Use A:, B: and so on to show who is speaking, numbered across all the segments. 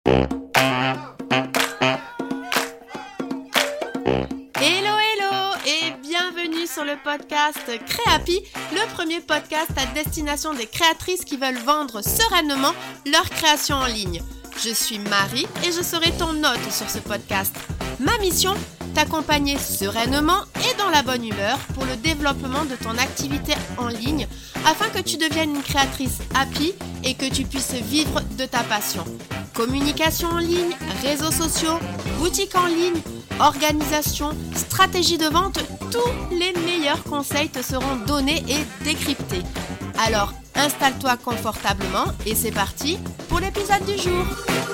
A: Hello hello et bienvenue sur le podcast Créapi, le premier podcast à destination des créatrices qui veulent vendre sereinement leur création en ligne. Je suis Marie et je serai ton hôte sur ce podcast. Ma mission, t'accompagner sereinement et dans la bonne humeur pour le développement de ton activité en ligne afin que tu deviennes une créatrice happy et que tu puisses vivre de ta passion. Communication en ligne, réseaux sociaux, boutique en ligne, organisation, stratégie de vente, tous les meilleurs conseils te seront donnés et décryptés. Alors, installe-toi confortablement et c'est parti pour l'épisode du jour.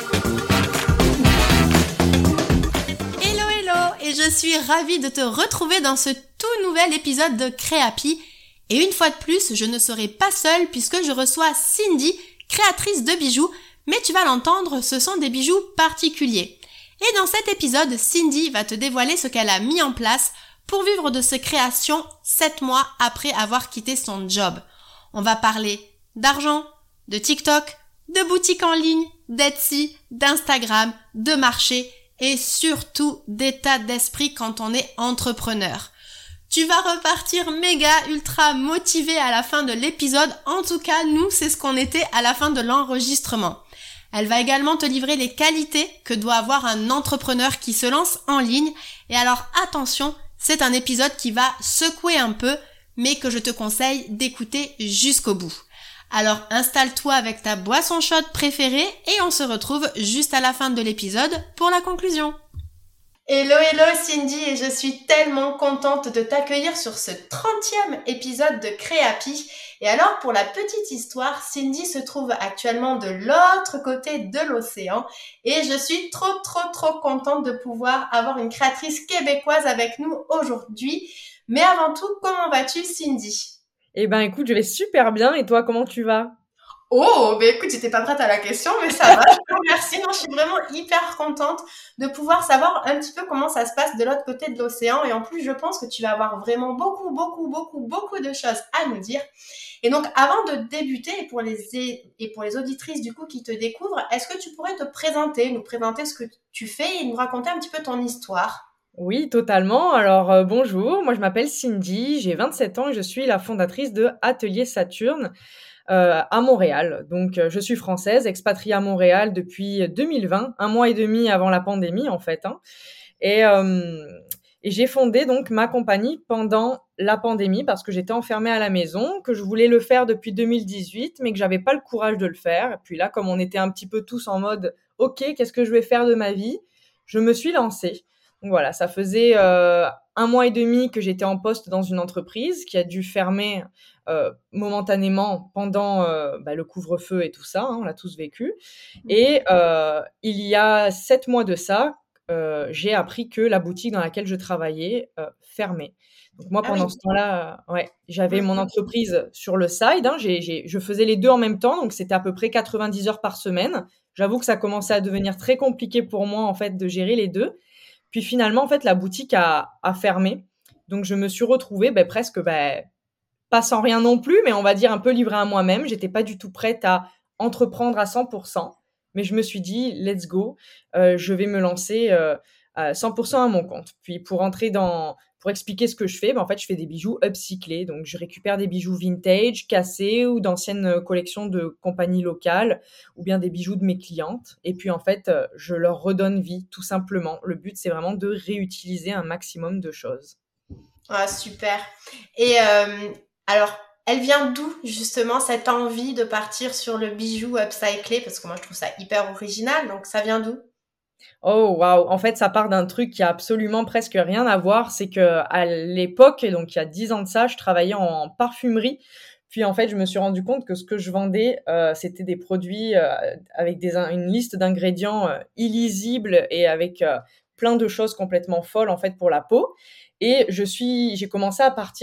A: Hello et je suis ravie de te retrouver dans ce tout nouvel épisode de Créapi. Et une fois de plus, je ne serai pas seule puisque je reçois Cindy, créatrice de bijoux, mais tu vas l'entendre, ce sont des bijoux particuliers. Et dans cet épisode, Cindy va te dévoiler ce qu'elle a mis en place pour vivre de ses créations 7 mois après avoir quitté son job. On va parler d'argent, de TikTok, de boutique en ligne, d'Etsy, d'Instagram, de marché et surtout d'état d'esprit quand on est entrepreneur. Tu vas repartir méga ultra motivé à la fin de l'épisode. En tout cas, nous, c'est ce qu'on était à la fin de l'enregistrement. Elle va également te livrer les qualités que doit avoir un entrepreneur qui se lance en ligne. Et alors attention, c'est un épisode qui va secouer un peu, mais que je te conseille d'écouter jusqu'au bout. Alors installe-toi avec ta boisson chaude préférée et on se retrouve juste à la fin de l'épisode pour la conclusion. Hello Cindy, et je suis tellement contente de t'accueillir sur ce 30e épisode de Créapi. Et alors pour la petite histoire, Cindy se trouve actuellement de l'autre côté de l'océan et je suis trop contente de pouvoir avoir une créatrice québécoise avec nous aujourd'hui. Mais avant tout, comment vas-tu Cindy ?
B: Eh ben écoute, je vais super bien et toi, comment tu vas ?
A: Oh, ben écoute, j'étais pas prête à la question, mais ça va, je te remercie. Non, je suis vraiment hyper contente de pouvoir savoir un petit peu comment ça se passe de l'autre côté de l'océan. Et en plus, je pense que tu vas avoir vraiment beaucoup de choses à nous dire. Et donc, avant de débuter, et pour les auditrices du coup qui te découvrent, est-ce que tu pourrais nous présenter ce que tu fais et nous raconter un petit peu ton histoire ?
B: Oui, totalement. Alors, bonjour, moi je m'appelle Cindy, j'ai 27 ans et je suis la fondatrice de Atelier Saturne à Montréal. Donc, je suis française, expatriée à Montréal depuis 2020, 1 mois et demi avant la pandémie en fait. Et j'ai fondé donc ma compagnie pendant la pandémie parce que j'étais enfermée à la maison, que je voulais le faire depuis 2018, mais que j'avais pas le courage de le faire. Et puis là, comme on était un petit peu tous en mode « Ok, qu'est-ce que je vais faire de ma vie ?» Je me suis lancée. Donc voilà, ça faisait 1 mois et demi que j'étais en poste dans une entreprise qui a dû fermer momentanément pendant le couvre-feu et tout ça, on l'a tous vécu. Et il y a 7 mois de ça, j'ai appris que la boutique dans laquelle je travaillais fermait. Donc moi, pendant ce temps-là, j'avais mon entreprise sur le side. Je faisais les deux en même temps, donc c'était à peu près 90 heures par semaine. J'avoue que ça commençait à devenir très compliqué pour moi en fait de gérer les deux. Puis finalement, en fait, la boutique a fermé. Donc je me suis retrouvée presque pas sans rien non plus, mais on va dire un peu livrée à moi-même. J'étais pas du tout prête à entreprendre à 100%. Mais je me suis dit, let's go, je vais me lancer à 100% à mon compte. Puis pour expliquer ce que je fais, en fait, je fais des bijoux upcyclés. Donc, je récupère des bijoux vintage, cassés ou d'anciennes collections de compagnies locales ou bien des bijoux de mes clientes. Et puis, en fait, je leur redonne vie, tout simplement. Le but, c'est vraiment de réutiliser un maximum de choses.
A: Ah, super. Et alors, elle vient d'où, justement, cette envie de partir sur le bijou upcyclé ? Parce que moi, je trouve ça hyper original. Donc, ça vient d'où ?
B: Oh waouh, en fait, ça part d'un truc qui a absolument presque rien à voir. C'est que à l'époque, donc il y a 10 ans de ça, je travaillais en parfumerie. Puis en fait, je me suis rendu compte que ce que je vendais, c'était des produits avec une liste d'ingrédients illisibles et avec plein de choses complètement folles en fait pour la peau. Et j'ai commencé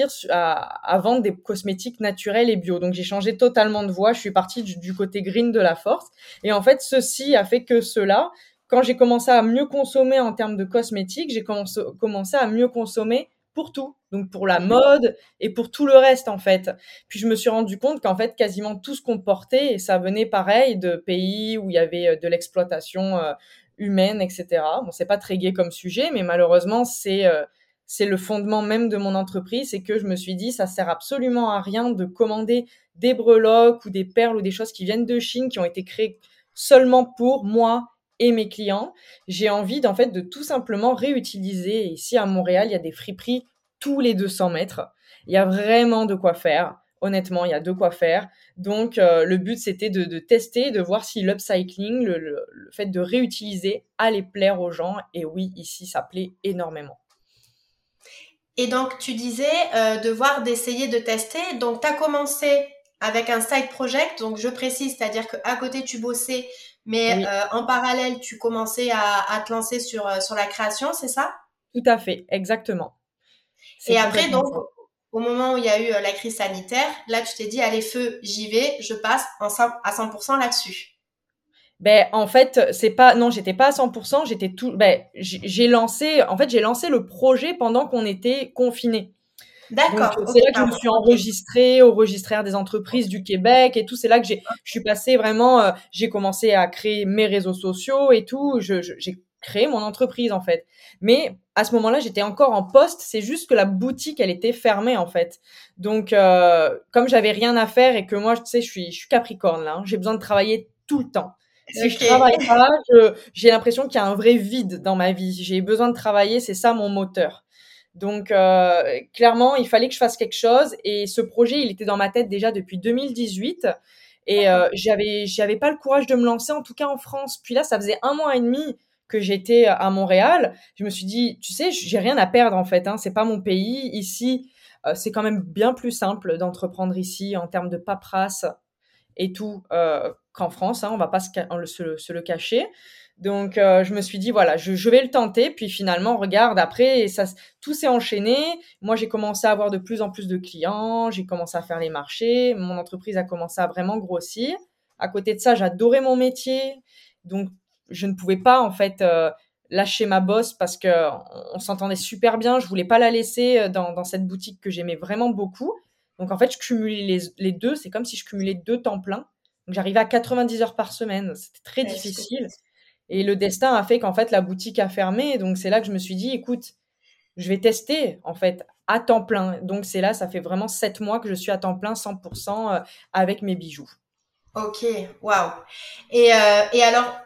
B: à vendre des cosmétiques naturels et bio. Donc j'ai changé totalement de voie. Je suis partie du côté green de la force. Et en fait, ceci a fait que quand j'ai commencé à mieux consommer en termes de cosmétiques, j'ai commencé à mieux consommer pour tout. Donc pour la mode et pour tout le reste, en fait. Puis je me suis rendu compte qu'en fait, quasiment tout ce qu'on portait, et ça venait pareil de pays où il y avait de l'exploitation humaine, etc. Bon, c'est pas très gai comme sujet, mais malheureusement, c'est le fondement même de mon entreprise, c'est que je me suis dit, ça sert absolument à rien de commander des breloques ou des perles ou des choses qui viennent de Chine, qui ont été créées seulement pour moi et mes clients. J'ai envie d'en fait de tout simplement réutiliser. Et ici à Montréal, il y a des friperies tous les 200 mètres. Il y a vraiment de quoi faire. Honnêtement, il y a de quoi faire. Donc, le but, c'était de tester, de voir si l'upcycling, le fait de réutiliser, allait plaire aux gens. Et oui, ici, ça plaît énormément.
A: Et donc, tu disais d'essayer de tester. Donc, tu as commencé avec un side project. Donc, je précise, c'est-à-dire qu'à côté, tu bossais, mais
B: Oui,
A: en parallèle, tu commençais à te lancer sur la création, c'est ça?
B: tout à fait, exactement. C'est
A: Et après,
B: complètement
A: donc,
B: ça.
A: au moment où il y a eu la crise sanitaire, là, tu t'es dit, allez, feu, j'y vais, je passe à 100% là-dessus.
B: Ben en fait, c'est pas non, j'étais pas à 100%, j'étais tout ben j'ai lancé le projet pendant qu'on était confinés. Donc,
A: D'accord,
B: c'est
A: ok,
B: là que je me
A: pardon,
B: suis
A: ok.
B: enregistrée au registraire des entreprises du Québec et tout. C'est là que je suis passée vraiment, j'ai commencé à créer mes réseaux sociaux et tout. J'ai créé mon entreprise, en fait. Mais à ce moment-là, j'étais encore en poste. C'est juste que la boutique, elle était fermée, en fait. Donc, comme j'avais rien à faire et que moi, tu sais, je suis Capricorne, là, hein. J'ai besoin de travailler tout le temps. Si je
A: Ok,
B: travaille pas, j'ai l'impression qu'il y a un vrai vide dans ma vie. J'ai besoin de travailler, c'est ça mon moteur. Donc clairement, il fallait que je fasse quelque chose et ce projet, il était dans ma tête déjà depuis 2018 et
A: d'accord.
B: j'avais pas le courage de me lancer en tout cas en France. Puis là, ça faisait 1 mois et demi que j'étais à Montréal. Je me suis dit, tu sais, j'ai rien à perdre en fait, hein, c'est pas mon pays ici. C'est quand même bien plus simple d'entreprendre ici en termes de paperasse et tout qu'en France, hein, on va pas se le cacher. Donc je me suis dit voilà, je vais le tenter. Puis finalement, regarde, après tout s'est enchaîné. Moi, j'ai commencé à avoir de plus en plus de clients, j'ai commencé à faire les marchés, mon entreprise a commencé à vraiment grossir. À côté de ça, j'adorais mon métier, donc je ne pouvais pas en fait lâcher ma boss parce que on s'entendait super bien. Je voulais pas la laisser dans cette boutique que j'aimais vraiment beaucoup. Donc en fait, je cumulais les deux. C'est comme si je cumulais deux temps plein. Donc j'arrivais à 90 heures par semaine. C'était très
A: Ouais, je peux-
B: difficile. Et le destin a fait qu'en fait, la boutique a fermé. Donc c'est là que je me suis dit, écoute, je vais tester en fait à temps plein. Donc c'est là, ça fait vraiment 7 mois que je suis à temps plein, 100% avec mes bijoux.
A: Ok, waouh. Et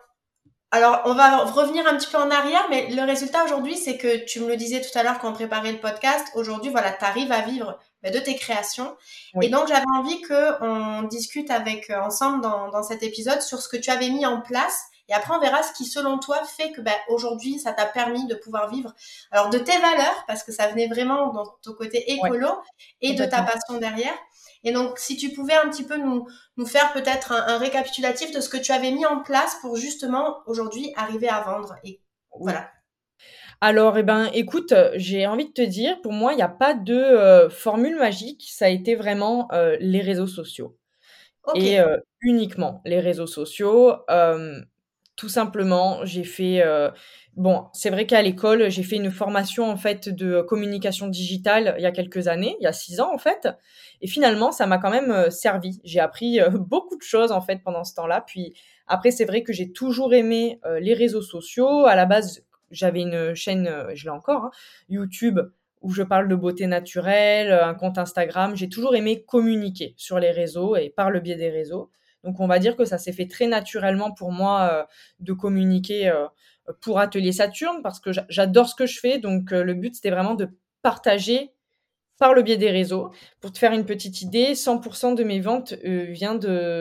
A: alors, on va revenir un petit peu en arrière, mais le résultat aujourd'hui, c'est que tu me le disais tout à l'heure quand on préparait le podcast. Aujourd'hui, voilà, tu arrives à vivre de tes créations. Et
B: Oui,
A: donc, j'avais envie qu'on discute ensemble dans cet épisode sur ce que tu avais mis en place. Et après, on verra ce qui, selon toi, fait que aujourd'hui, ça t'a permis de pouvoir vivre. Alors, de tes valeurs, parce que ça venait vraiment dans ton côté
B: ouais,
A: écolo et de ta
B: complètement.
A: passion derrière. Et donc, si tu pouvais un petit peu nous faire peut-être un récapitulatif de ce que tu avais mis en place pour justement aujourd'hui arriver à vendre. Et
B: Oui.
A: voilà.
B: Alors, eh ben, écoute, j'ai envie de te dire, pour moi, il n'y a pas de formule magique. Ça a été vraiment les réseaux sociaux.
A: Ok.
B: Et uniquement les réseaux sociaux. Tout simplement, j'ai fait, bon, c'est vrai qu'à l'école, j'ai fait une formation, en fait, de communication digitale il y a quelques années, il y a 6 ans, en fait et finalement, ça m'a quand même, servi. J'ai appris, beaucoup de choses, en fait, pendant ce temps-là. Puis après, c'est vrai que j'ai toujours aimé, les réseaux sociaux. À la base, j'avais une chaîne, je l'ai encore, hein, YouTube où je parle de beauté naturelle, un compte Instagram. J'ai toujours aimé communiquer sur les réseaux et par le biais des réseaux. Donc on va dire que ça s'est fait très naturellement pour moi de communiquer pour Atelier Saturne parce que j'adore ce que je fais. Donc le but c'était vraiment de partager par le biais des réseaux. Pour te faire une petite idée, 100% de mes ventes vient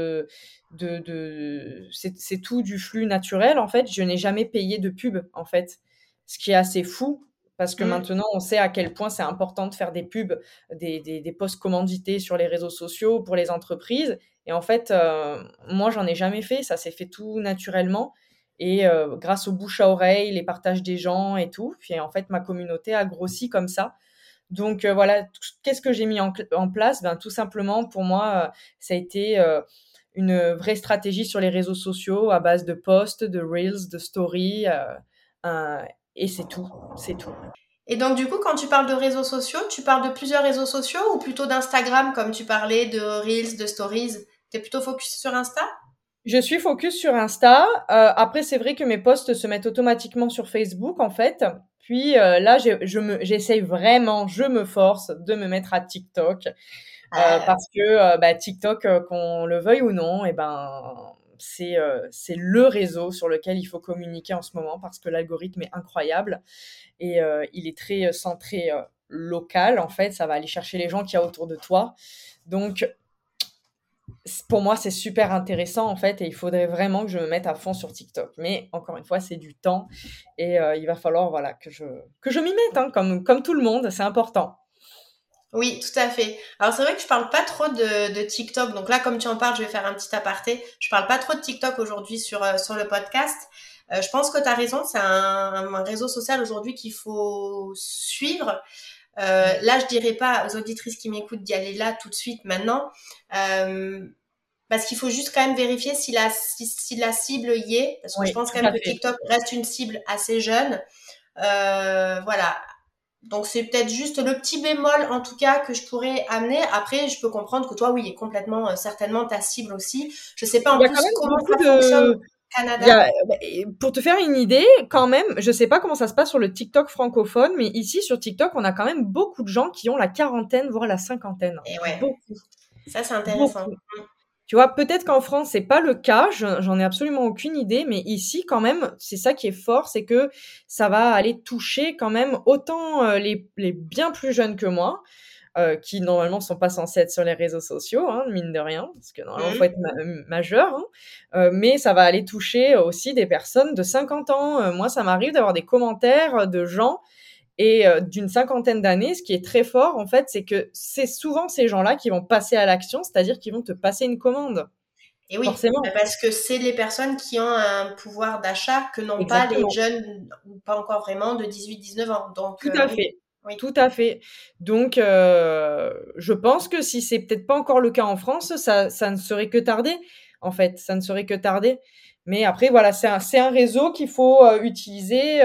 B: c'est tout du flux naturel en fait. Je n'ai jamais payé de pub en fait, ce qui est assez fou parce que
A: Mm.
B: maintenant on sait à quel point c'est important de faire des pubs, des posts commandités sur les réseaux sociaux pour les entreprises. Et en fait, moi j'en ai jamais fait, ça s'est fait tout naturellement. Et grâce au bouche à oreille, les partages des gens et tout, puis en fait ma communauté a grossi comme ça. Donc voilà, qu'est-ce que j'ai mis en place? Ben, tout simplement, pour moi, ça a été une vraie stratégie sur les réseaux sociaux à base de posts, de reels, de stories, et c'est tout, c'est tout.
A: Et donc, du coup, quand tu parles de réseaux sociaux, tu parles de plusieurs réseaux sociaux ou plutôt d'Instagram, comme tu parlais de Reels, de Stories? T'es plutôt focus sur Insta?
B: Je suis focus sur Insta. Après, c'est vrai que mes posts se mettent automatiquement sur Facebook, en fait. Puis là, j'essaye vraiment, je me force de me mettre à TikTok. Parce que TikTok, qu'on le veuille ou non, et ben c'est le réseau sur lequel il faut communiquer en ce moment parce que l'algorithme est incroyable et il est très centré local. En fait, ça va aller chercher les gens qu'il y a autour de toi. Donc pour moi, c'est super intéressant en fait et il faudrait vraiment que je me mette à fond sur TikTok. Mais encore une fois, c'est du temps et il va falloir voilà que je m'y mette hein, comme tout le monde, c'est important.
A: Oui, tout à fait. Alors c'est vrai que je parle pas trop de TikTok. Donc là, comme tu en parles, je vais faire un petit aparté. Je parle pas trop de TikTok aujourd'hui sur le podcast. Je pense que tu as raison. C'est un réseau social aujourd'hui qu'il faut suivre. Là, je dirais pas aux auditrices qui m'écoutent d'y aller là tout de suite maintenant. Parce qu'il faut juste quand même vérifier si la cible y est. Parce que je
B: Oui,
A: pense
B: tout
A: quand même
B: à
A: que
B: fait.
A: TikTok reste une cible assez jeune. Voilà. Donc c'est peut-être juste le petit bémol en tout cas que je pourrais amener. Après, je peux comprendre que toi, oui, est complètement certainement ta cible aussi. Je sais pas
B: Il y
A: en
B: a quand
A: plus
B: même
A: comment
B: beaucoup
A: ça fonctionne
B: de
A: au
B: il y
A: Canada.
B: a et pour te faire une idée, quand même, je sais pas comment ça se passe sur le TikTok francophone, mais ici sur TikTok, on a quand même beaucoup de gens qui ont la quarantaine, voire la cinquantaine.
A: Et ouais,
B: Beaucoup,
A: ça c'est intéressant.
B: beaucoup. Tu vois, peut-être qu'en France, c'est pas le cas, j'en ai absolument aucune idée, mais ici, quand même, c'est ça qui est fort, c'est que ça va aller toucher quand même autant les bien plus jeunes que moi, qui normalement sont pas censés être sur les réseaux sociaux, hein, mine de rien, parce que normalement, faut
A: Mhm.
B: être majeur, hein. Mais ça va aller toucher aussi des personnes de 50 ans. Moi, ça m'arrive d'avoir des commentaires de gens et d'une cinquantaine d'années. Ce qui est très fort, en fait, c'est que c'est souvent ces gens-là qui vont passer à l'action, c'est-à-dire qu'ils vont te passer une commande,
A: Et oui,
B: forcément.
A: parce que c'est les personnes qui ont un pouvoir d'achat que n'ont pas les
B: Exactement.
A: jeunes, ou pas encore vraiment, de 18-19 ans. Donc
B: Tout à
A: oui,
B: fait,
A: oui.
B: tout à fait. Donc, je pense que si c'est peut-être pas encore le cas en France, ça ne serait que tardé, en fait, ça ne serait que tardé. Mais après, voilà, c'est un réseau qu'il faut utiliser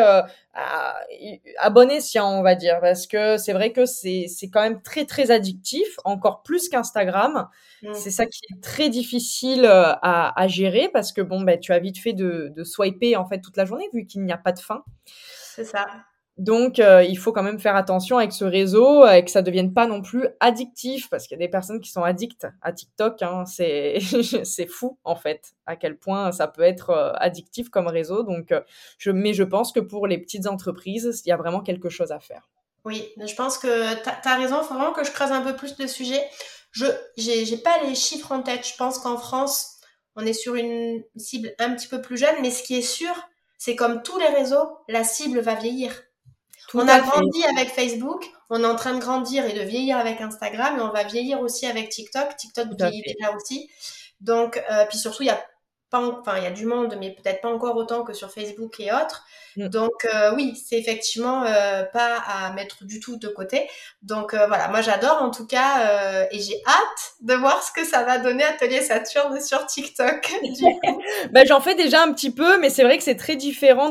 B: à bon escient, on va dire, parce que c'est vrai que c'est quand même très très addictif, encore plus qu'Instagram.
A: Mm.
B: C'est ça qui est très difficile à gérer parce que bon, ben, tu as vite fait de swiper en fait toute la journée vu qu'il n'y a pas de fin.
A: C'est ça.
B: Donc, il faut quand même faire attention avec ce réseau et que ça devienne pas non plus addictif parce qu'il y a des personnes qui sont addictes à TikTok, hein. C'est c'est fou, en fait, à quel point ça peut être, addictif comme réseau. Donc, mais je pense que pour les petites entreprises, il y a vraiment quelque chose à faire.
A: Oui, je pense que t'as raison. Faut vraiment que je creuse un peu plus le sujet. J'ai pas les chiffres en tête. Je pense qu'en France, on est sur une cible un petit peu plus jeune, mais ce qui est sûr, c'est comme tous les réseaux, la cible va vieillir.
B: Tout
A: On a
B: à fait,
A: grandi avec Facebook, on est en train de grandir et de vieillir avec Instagram, et on va vieillir aussi avec TikTok. TikTok
B: tout à
A: vieillit
B: fait.
A: déjà aussi. Donc, puis surtout, il y a pas, enfin, il y a du monde, mais peut-être pas encore autant que sur Facebook et autres.
B: Mmh.
A: Donc, oui, c'est effectivement pas à mettre du tout de côté. Donc, voilà, moi j'adore en tout cas, et j'ai hâte de voir ce que ça va donner Atelier Saturne sur TikTok. Du coup.
B: Bah, j'en fais déjà un petit peu, mais c'est vrai que c'est très différent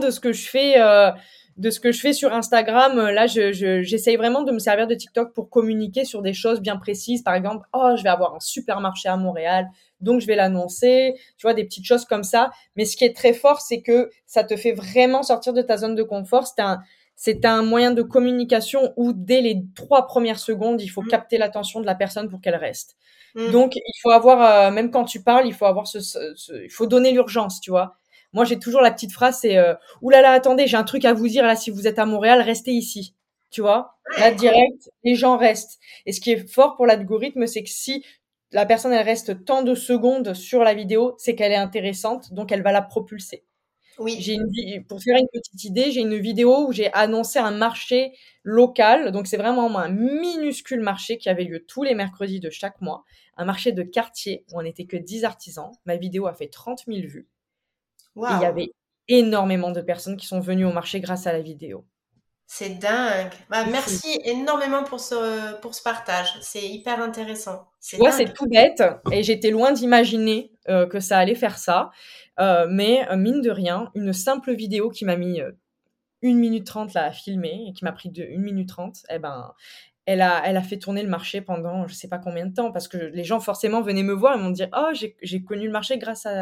B: de ce que je fais sur Instagram. Là, j'essaye vraiment de me servir de TikTok pour communiquer sur des choses bien précises. Par exemple, oh, je vais avoir un supermarché à Montréal, donc je vais l'annoncer. Tu vois, des petites choses comme ça. Mais ce qui est très fort, c'est que ça te fait vraiment sortir de ta zone de confort. C'est un moyen de communication où dès les 3 premières secondes, il faut
A: Mm,
B: capter l'attention de la personne pour qu'elle reste.
A: mm.
B: Donc, il faut avoir, même quand tu parles, il faut avoir il faut donner l'urgence, tu vois. Moi, j'ai toujours la petite phrase, c'est ouh là là, attendez, j'ai un truc à vous dire. Là, si vous êtes à Montréal, restez ici, tu vois. Là,
A: Ouais, cool.
B: direct, les gens restent. Et ce qui est fort pour l'algorithme, c'est que si la personne elle reste tant de secondes sur la vidéo, c'est qu'elle est intéressante, donc elle va la propulser.
A: Oui.
B: Pour faire une petite idée, j'ai une vidéo où j'ai annoncé un marché local. Donc, c'est vraiment un minuscule marché qui avait lieu tous les mercredis de chaque mois. Un marché de quartier où on n'était que 10 artisans. Ma vidéo a fait 30 000 vues. Et il y
A: Waouh.
B: avait énormément de personnes qui sont venues au marché grâce à la vidéo.
A: C'est dingue. Bah,
B: C'est fou.
A: merci énormément pour ce partage. C'est hyper intéressant.
B: Tu
A: C'est
B: vois, c'est
A: dingue.
B: tout bête et j'étais loin d'imaginer que ça allait faire ça. Mais mine de rien, une simple vidéo qui m'a mis 1 minute 30 là à filmer et qui m'a pris de 1 minute 30, eh ben, elle a fait tourner le marché pendant je sais pas combien de temps parce que les gens forcément venaient me voir et m'ont dit: «Oh j'ai connu le marché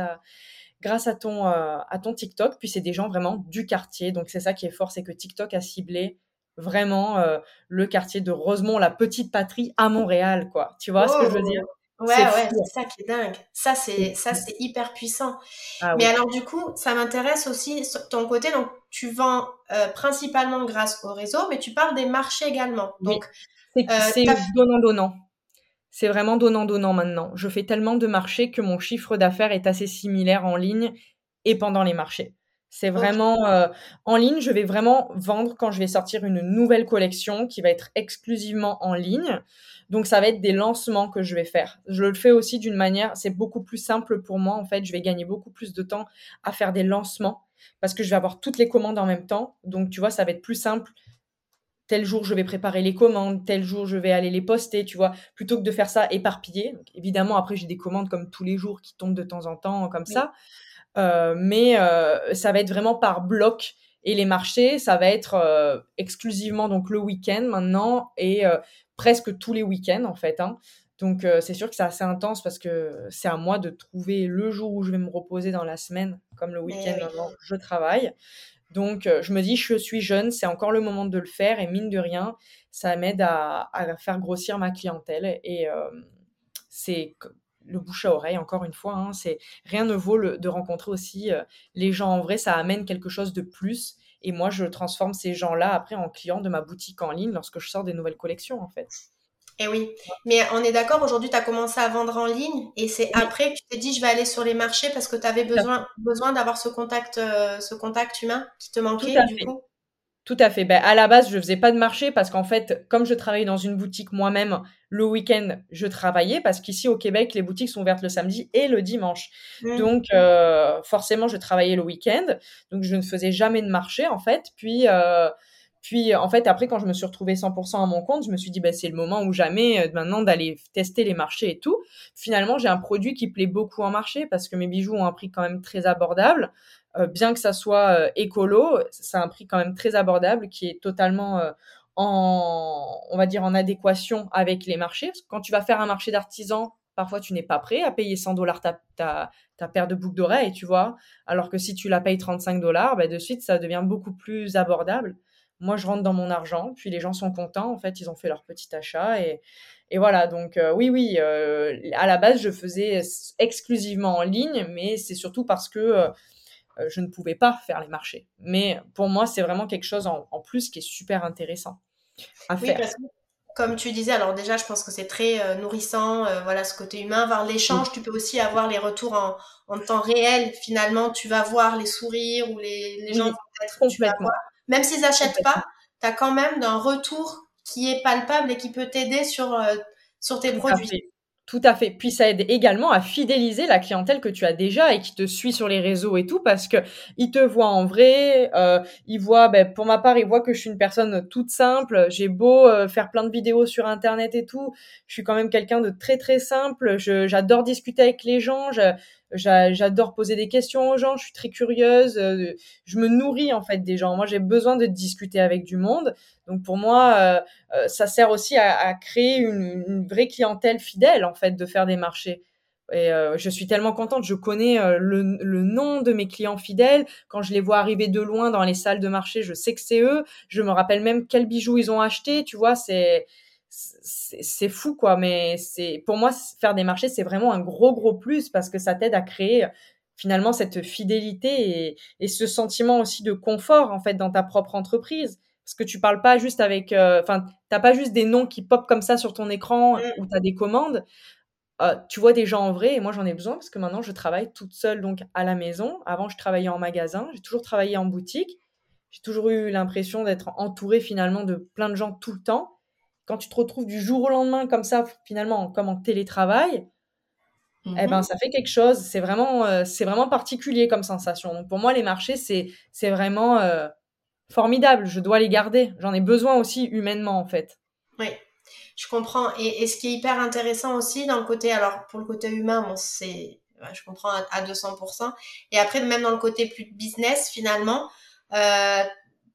B: grâce à ton TikTok». Puis c'est des gens vraiment du quartier, donc c'est ça qui est fort, c'est que TikTok a ciblé vraiment, le quartier de Rosemont, la petite patrie à Montréal, quoi. Tu vois ce que je veux dire?
A: Oh! Ouais,
B: C'est
A: ouais,
B: fou,
A: c'est ça qui est dingue. Ça,
B: c'est fou.
A: c'est hyper puissant.
B: Ah
A: Mais
B: oui.
A: alors, du coup, ça m'intéresse aussi sur ton côté. Donc, tu vends principalement grâce au réseau, mais tu parles des marchés également.
B: Oui,
A: Donc,
B: c'est
A: t'as...
B: donnant-donnant. C'est vraiment donnant-donnant maintenant. Je fais tellement de marchés que mon chiffre d'affaires est assez similaire en ligne et pendant les marchés. C'est
A: Ok.
B: vraiment, en ligne, je vais vraiment vendre quand je vais sortir une nouvelle collection qui va être exclusivement en ligne. Donc ça va être des lancements que je vais faire. Je le fais aussi d'une manière c'est beaucoup plus simple pour moi, en fait, je vais gagner beaucoup plus de temps à faire des lancements parce que je vais avoir toutes les commandes en même temps. Donc tu vois, ça va être plus simple tel jour je vais préparer les commandes, tel jour je vais aller les poster, tu vois? Plutôt que de faire ça éparpillé. Donc évidemment, après j'ai des commandes comme tous les jours qui tombent de temps en temps comme
A: Oui.
B: ça, mais ça va être vraiment par bloc et les marchés, ça va être, exclusivement donc le week-end maintenant et presque tous les week-ends en fait, hein. Donc c'est sûr que c'est assez intense parce que c'est à moi de trouver le jour où je vais me reposer dans la semaine. Comme le
A: Mais
B: week-end
A: oui.
B: maintenant, je travaille. Donc, je me dis: «Je suis jeune, c'est encore le moment de le faire» et mine de rien, ça m'aide à faire grossir ma clientèle et c'est c le bouche à oreille encore une fois, hein, c'est rien ne vaut le de rencontrer aussi, les gens en vrai, ça amène quelque chose de plus et moi je transforme ces gens-là après en clients de ma boutique en ligne lorsque je sors des nouvelles collections, en fait.
A: Eh oui. Mais on est d'accord, aujourd'hui, tu as commencé à vendre en ligne et c'est
B: Oui,
A: après que tu t'es dit, je vais aller sur les marchés parce que tu avais
B: tout à fait,
A: besoin d'avoir ce contact humain qui te
B: tout
A: manquait,
B: à
A: du
B: fait.
A: coup.
B: Tout à fait. Ben, à la base, je faisais pas de marché parce qu'en fait, comme je travaillais dans une boutique moi-même, le week-end, je travaillais parce qu'ici au Québec, les boutiques sont ouvertes le samedi et le dimanche.
A: Mm.
B: Donc, forcément, je travaillais le week-end. Donc, je ne faisais jamais de marché, en fait. Puis, en fait, après, quand je me suis retrouvée 100% à mon compte, je me suis dit, ben, c'est le moment ou jamais maintenant d'aller tester les marchés et tout. Finalement, j'ai un produit qui plaît beaucoup en marché parce que mes bijoux ont un prix quand même très abordable. Bien que ça soit écolo, c'est un prix quand même très abordable qui est totalement on va dire en adéquation avec les marchés. Parce que quand tu vas faire un marché d'artisans, parfois tu n'es pas prêt à payer 100 $ ta paire de boucles d'oreilles, tu vois. Alors que si tu la payes 35 $, ben, de suite, ça devient beaucoup plus abordable. Moi, je rentre dans mon argent, puis les gens sont contents. En fait, ils ont fait leur petit achat et voilà. Donc, oui, oui, à la base, je faisais exclusivement en ligne, mais c'est surtout parce que je ne pouvais pas faire les marchés. Mais pour moi, c'est vraiment quelque chose en plus qui est super intéressant à
A: Oui,
B: faire.
A: parce que comme tu disais, alors déjà, je pense que c'est très nourrissant, voilà, ce côté humain, voir
B: Oui,
A: l'échange. Tu peux aussi avoir les retours en temps réel. Finalement, tu vas voir les sourires ou les gens vont
B: oui,
A: être, tu vas voir,
B: complètement,
A: même s'ils n'achètent pas,
B: complètement.
A: tu as quand même un retour qui est palpable et qui peut t'aider sur tes
B: Tout à
A: produits.
B: fait. Tout à fait. Puis ça aide également à fidéliser la clientèle que tu as déjà et qui te suit sur les réseaux et tout parce que ils te voient en vrai, ils voient, ben, pour ma part, ils voient que je suis une personne toute simple. J'ai beau faire plein de vidéos sur internet et tout, je suis quand même quelqu'un de très très simple. J'adore discuter avec les gens, j'adore poser des questions aux gens. Je suis très curieuse. Je me nourris en fait des gens. Moi, j'ai besoin de discuter avec du monde. Donc pour moi, ça sert aussi à créer une vraie clientèle fidèle en fait de faire des marchés. Et je suis tellement contente, je connais le nom de mes clients fidèles. Quand je les vois arriver de loin dans les salles de marché, je sais que c'est eux. Je me rappelle même quels bijoux ils ont acheté. Tu vois, c'est fou quoi. Mais c'est pour moi faire des marchés, c'est vraiment un gros plus parce que ça t'aide à créer finalement cette fidélité et ce sentiment aussi de confort en fait dans ta propre entreprise. Parce que tu parles pas juste avec, enfin, t'as pas juste des noms qui popent comme ça sur ton écran
A: Mm.
B: où tu as des commandes. Tu vois des gens en vrai et moi j'en ai besoin parce que maintenant je travaille toute seule donc à la maison. Avant je travaillais en magasin, j'ai toujours travaillé en boutique. J'ai toujours eu l'impression d'être entourée finalement de plein de gens tout le temps. Quand tu te retrouves du jour au lendemain comme ça, finalement comme en télétravail, eh ben,
A: Mhm.
B: ça fait quelque chose. C'est vraiment particulier comme sensation. Donc pour moi les marchés c'est vraiment, formidable, je dois les garder. J'en ai besoin aussi humainement, en fait.
A: Oui, je comprends. Et ce qui est hyper intéressant aussi dans le côté, alors pour le côté humain, bon, ouais, je comprends à 200%. Et après, même dans le côté plus business, finalement, euh,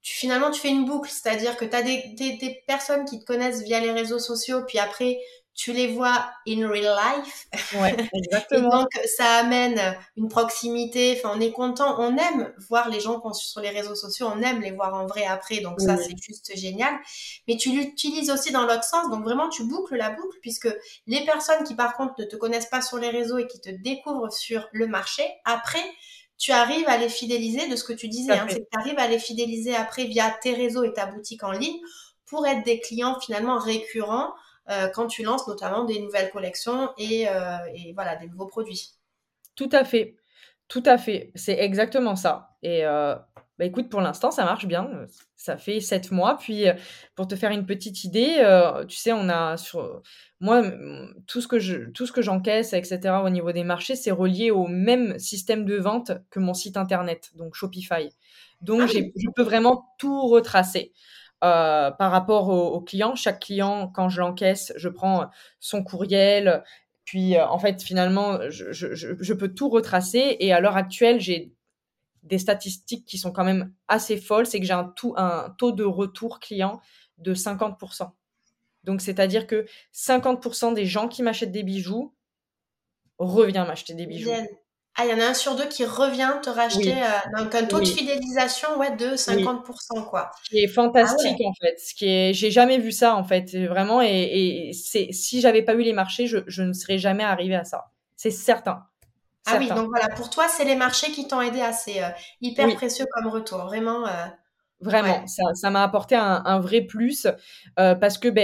A: finalement, tu fais une boucle, c'est-à-dire que tu as des personnes qui te connaissent via les réseaux sociaux, puis après, tu les vois in real life.
B: Ouais,
A: Et
B: exactement.
A: donc, ça amène une proximité. Enfin, on est content, on aime voir les gens qu'on suit sur les réseaux sociaux, on aime les voir en vrai après. Donc ça, c'est
B: Oui,
A: juste génial. Mais tu l'utilises aussi dans l'autre sens. Donc vraiment, tu boucles la boucle puisque les personnes qui, par contre, ne te connaissent pas sur les réseaux et qui te découvrent sur le marché, après, tu arrives à les fidéliser de ce que tu
B: tout
A: disais,
B: à
A: hein, c'est
B: fait.
A: que tu arrives à les fidéliser après via tes réseaux et ta boutique en ligne pour être des clients finalement récurrents quand tu lances notamment des nouvelles collections et voilà, des nouveaux produits.
B: Tout à fait. Tout à fait. C'est exactement ça et bah, écoute, pour l'instant, ça marche bien, ça fait 7 mois. Puis, pour te faire une petite idée, tu sais, on a sur moi, tout ce que j'encaisse et cetera au niveau des marchés, c'est relié au même système de vente que mon site internet, donc Shopify.
A: Ah
B: Donc
A: oui,
B: je peux vraiment tout retracer, par rapport aux clients. Chaque client, quand je l'encaisse, je prends son courriel, puis, en fait, finalement, je peux tout retracer et à l'heure actuelle, j'ai des statistiques qui sont quand même assez folles. C'est que j'ai un taux de retour client de 50. Donc c'est-à-dire que 50 des gens qui m'achètent des bijoux revient m'acheter des bijoux.
A: viennent. Ah, il y en a un sur deux qui revient te racheter.
B: Oui,
A: Donc un taux de
B: oui,
A: fidélisation, ouais, de
B: oui.
A: 50%, quoi.
B: Ce qui est
A: Ah ouais.
B: fantastique, en fait. Ce qui est j'ai jamais vu ça, en fait, vraiment et c'est si j'avais pas eu les marchés, je ne serais jamais arrivée à ça. C'est certain,
A: Ah oui,
B: certain.
A: donc voilà, pour toi, c'est les marchés qui t'ont aidé. C'est hyper
B: Oui.
A: précieux comme retour. Vraiment, ouais.
B: Vraiment, ça m'a apporté un vrai plus, parce que,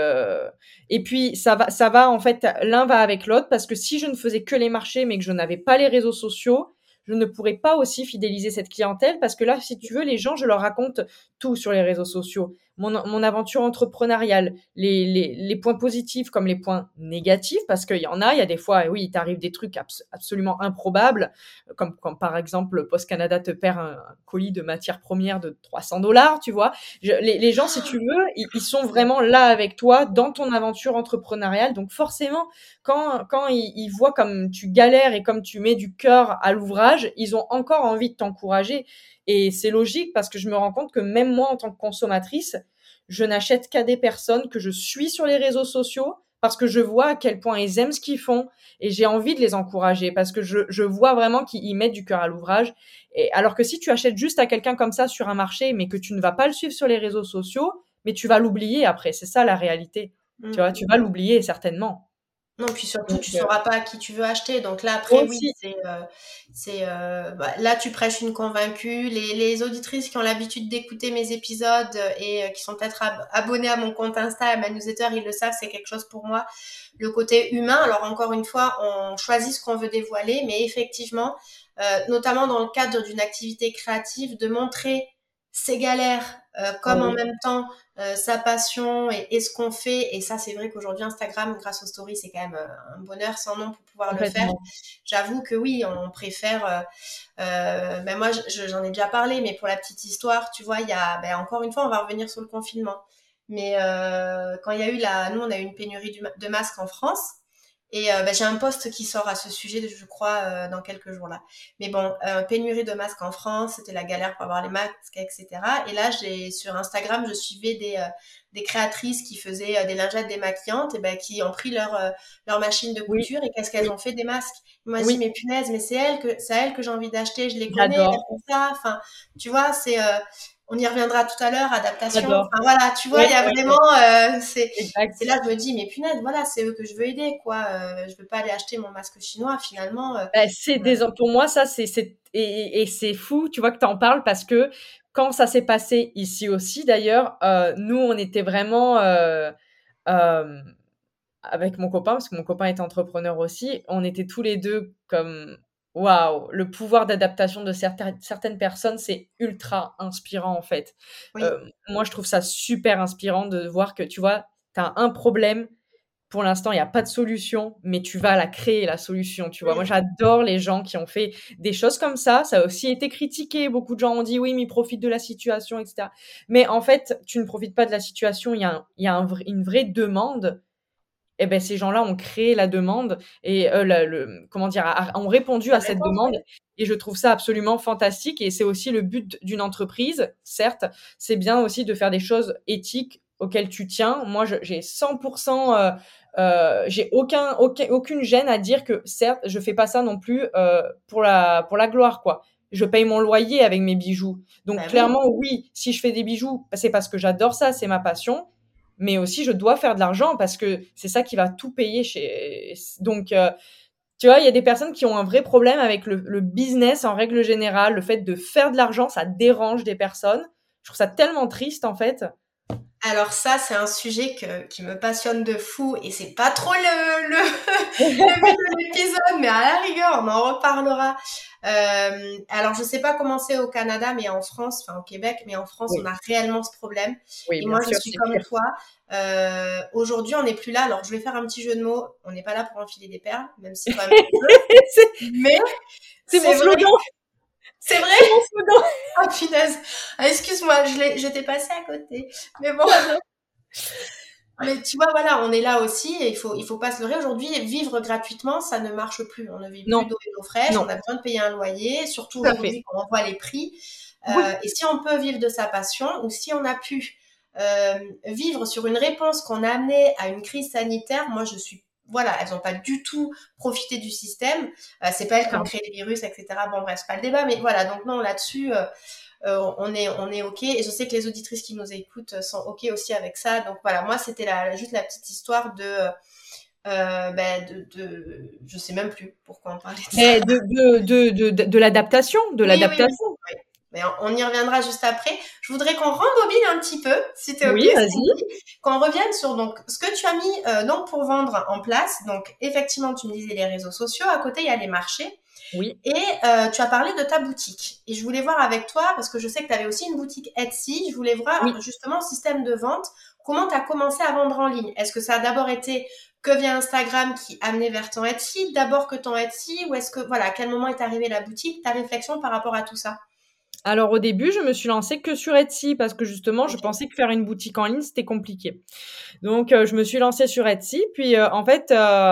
B: et puis ça va en fait, l'un va avec l'autre parce que si je ne faisais que les marchés, mais que je n'avais pas les réseaux sociaux, je ne pourrais pas aussi fidéliser cette clientèle parce que là, si tu veux, les gens, je leur raconte tout sur les réseaux sociaux. Mon aventure entrepreneuriale, les points positifs comme les points négatifs, parce qu'il y en a, il y a des fois, oui, il t'arrive des trucs absolument improbables, comme quand par exemple Post Canada te perd un colis de matières premières de 300 $, tu vois. Les gens, si tu veux, ils sont vraiment là avec toi dans ton aventure entrepreneuriale. Donc forcément, quand ils voient comme tu galères et comme tu mets du cœur à l'ouvrage, ils ont encore envie de t'encourager. Et c'est logique parce que je me rends compte que même moi, en tant que consommatrice, je n'achète qu'à des personnes que je suis sur les réseaux sociaux parce que je vois à quel point ils aiment ce qu'ils font et j'ai envie de les encourager parce que je vois vraiment qu'ils mettent du cœur à l'ouvrage. Et alors que si tu achètes juste à quelqu'un comme ça sur un marché, mais que tu ne vas pas le suivre sur les réseaux sociaux, mais tu vas l'oublier après. C'est ça la réalité. Tu
A: Mm.
B: vois, tu vas l'oublier certainement.
A: Non, puis surtout,
B: Donc,
A: tu sauras pas à qui tu veux acheter. Donc là, après, oui,
B: aussi,
A: là, tu prêches une convaincue. Les auditrices qui ont l'habitude d'écouter mes épisodes et qui sont peut-être abonnées à mon compte Insta, à ma newsletter, ils le savent, c'est quelque chose pour moi. Le côté humain. Alors encore une fois, on choisit ce qu'on veut dévoiler, mais effectivement, notamment dans le cadre d'une activité créative, de montrer ses galères
B: ah
A: comme en
B: oui,
A: même temps sa passion et ce qu'on fait. Et ça, c'est vrai qu'aujourd'hui, Instagram, grâce aux stories, c'est quand même un bonheur sans nom pour pouvoir le faire.
B: complètement.
A: J'avoue que oui, on préfère. Ben moi, j'en ai déjà parlé, mais pour la petite histoire, tu vois, il y a, ben encore une fois, on va revenir sur le confinement. Mais quand il y a eu nous, on a eu une pénurie de masques en France. Et ben, j'ai un post qui sort à ce sujet, je crois, dans quelques jours là. Mais bon, pénurie de masques en France, c'était la galère pour avoir les masques, etc. Et là, sur Instagram, je suivais des créatrices qui faisaient des lingettes démaquillantes, et ben qui ont pris leur machine de
B: Oui,
A: couture et qu'est-ce qu'elles
B: oui,
A: ont fait des masques. Ils m'ont dit
B: oui,
A: mais punaise, mais c'est à elle que j'ai envie d'acheter, je les connais, elles
B: j'adore,
A: font ça. Enfin, tu vois, on y reviendra tout à l'heure, adaptation.
B: j'adore.
A: Enfin voilà, tu vois,
B: Oui,
A: il y a
B: oui, oui,
A: vraiment, c'est
B: exact.
A: là que je me dis, mais punaise, voilà, c'est eux que je veux aider, quoi. Je veux pas aller acheter mon masque chinois, finalement.
B: Bah, c'est des pour moi, ça, et c'est fou, tu vois, que tu en parles parce que quand ça s'est passé ici aussi d'ailleurs, nous, on était vraiment, hem avec mon copain, parce que mon copain est entrepreneur aussi, on était tous les 2 comme: «Waouh, le pouvoir d'adaptation de certaines personnes, c'est ultra inspirant, en fait».
A: Oui,
B: Moi, je trouve ça super inspirant de voir que, tu vois, tu as un problème, pour l'instant, il y a pas de solution, mais tu vas la créer, la solution, tu vois? Moi,
A: oui,
B: j'adore les gens qui ont fait des choses comme ça. Ça a aussi été critiqué. Beaucoup de gens ont dit: «Oui, mais ils profitent de la situation et cetera». Mais en fait, tu ne profites pas de la situation, il y a une vraie demande et ben ces gens-là ont créé la demande et comment dire, ont répondu
A: La
B: à cette
A: réponse,
B: demande.
A: ouais.
B: Et je trouve ça absolument fantastique. Et c'est aussi le but d'une entreprise. Certes, c'est bien aussi de faire des choses éthiques auxquelles tu tiens. Moi, j'ai 100%, j'ai aucune gêne à dire que certes, je fais pas ça non plus pour la gloire, quoi. Je paye mon loyer avec mes bijoux. Donc
A: Bah oui.
B: clairement, oui, si je fais des bijoux, c'est parce que j'adore ça, c'est ma passion. Mais aussi, je dois faire de l'argent parce que c'est ça qui va tout payer chez. Donc, tu vois, il y a des personnes qui ont un vrai problème avec le business en règle générale. Le fait de faire de l'argent, ça dérange des personnes. Je trouve ça tellement triste, en fait.
A: Alors ça, c'est un sujet qui me passionne de fou et c'est pas trop le but de l'épisode, mais à la rigueur, on en reparlera. Alors je sais pas comment c'est au Canada, mais en France, enfin au Québec, mais en France, on
B: Oui,
A: a réellement ce problème.
B: oui,
A: Et
B: bien
A: moi, je
B: sûr,
A: suis
B: c'est
A: comme
B: pire.
A: toi. Aujourd'hui, on n'est plus là. Alors je vais faire un petit jeu de mots. On n'est pas là pour enfiler des perles, même si quand même on peut.
B: c'est
A: Mais
B: c'est mon
A: c'est vrai.
B: slogan.
A: C'est vrai.
B: C'est mon slogan.
A: Ah, punaise. Ah, excuse-moi, j'étais passée à côté. Mais bon.
B: J'adore.
A: Mais tu vois, voilà, on est là aussi et il faut pas se leurrer. Aujourd'hui, vivre gratuitement, ça ne marche plus. On ne vit plus
B: Non,
A: d'eau et d'eau fraîche.
B: non,
A: On a besoin de payer un loyer, surtout
B: tout à fait.
A: aujourd'hui quand on voit les prix.
B: Oui.
A: Et si on peut vivre de sa passion ou si on a pu vivre sur une réponse qu'on a amenée à une crise sanitaire, moi je suis voilà, elles n'ont pas du tout profité du système. C'est pas elles qui ont
B: Non.
A: créé les virus, etc. Bon bref, c'est pas le débat, mais voilà. Donc non, là-dessus, on est ok. Et je sais que les auditrices qui nous écoutent sont ok aussi avec ça. Donc voilà, moi c'était juste la petite histoire je sais même plus pourquoi on parlait de ça.
B: Mais de l'adaptation, de
A: Oui, oui, oui.
B: l'adaptation.
A: Oui. Mais on y reviendra juste après. Je voudrais qu'on rembobine un petit peu, si tu es OK,
B: Oui, vas-y.
A: Cindy, qu'on revienne sur donc ce que tu as mis donc pour vendre en place. Donc effectivement, tu me disais les réseaux sociaux. À côté, il y a les marchés.
B: Oui,
A: Et tu as parlé de ta boutique. Et je voulais voir avec toi, parce que je sais que tu avais aussi une boutique Etsy, je voulais voir
B: oui.
A: justement le système de vente. Comment tu as commencé à vendre en ligne? Est-ce que ça a d'abord été que via Instagram qui amenait vers ton Etsy, d'abord que ton Etsy, ou est-ce que, voilà, à quel moment est arrivée la boutique, ta réflexion par rapport à tout ça?
B: Alors au début, je me suis lancée que sur Etsy parce que justement, je
A: Ok.
B: pensais que faire une boutique en ligne, c'était compliqué. Donc je me suis lancée sur Etsy. Puis en fait,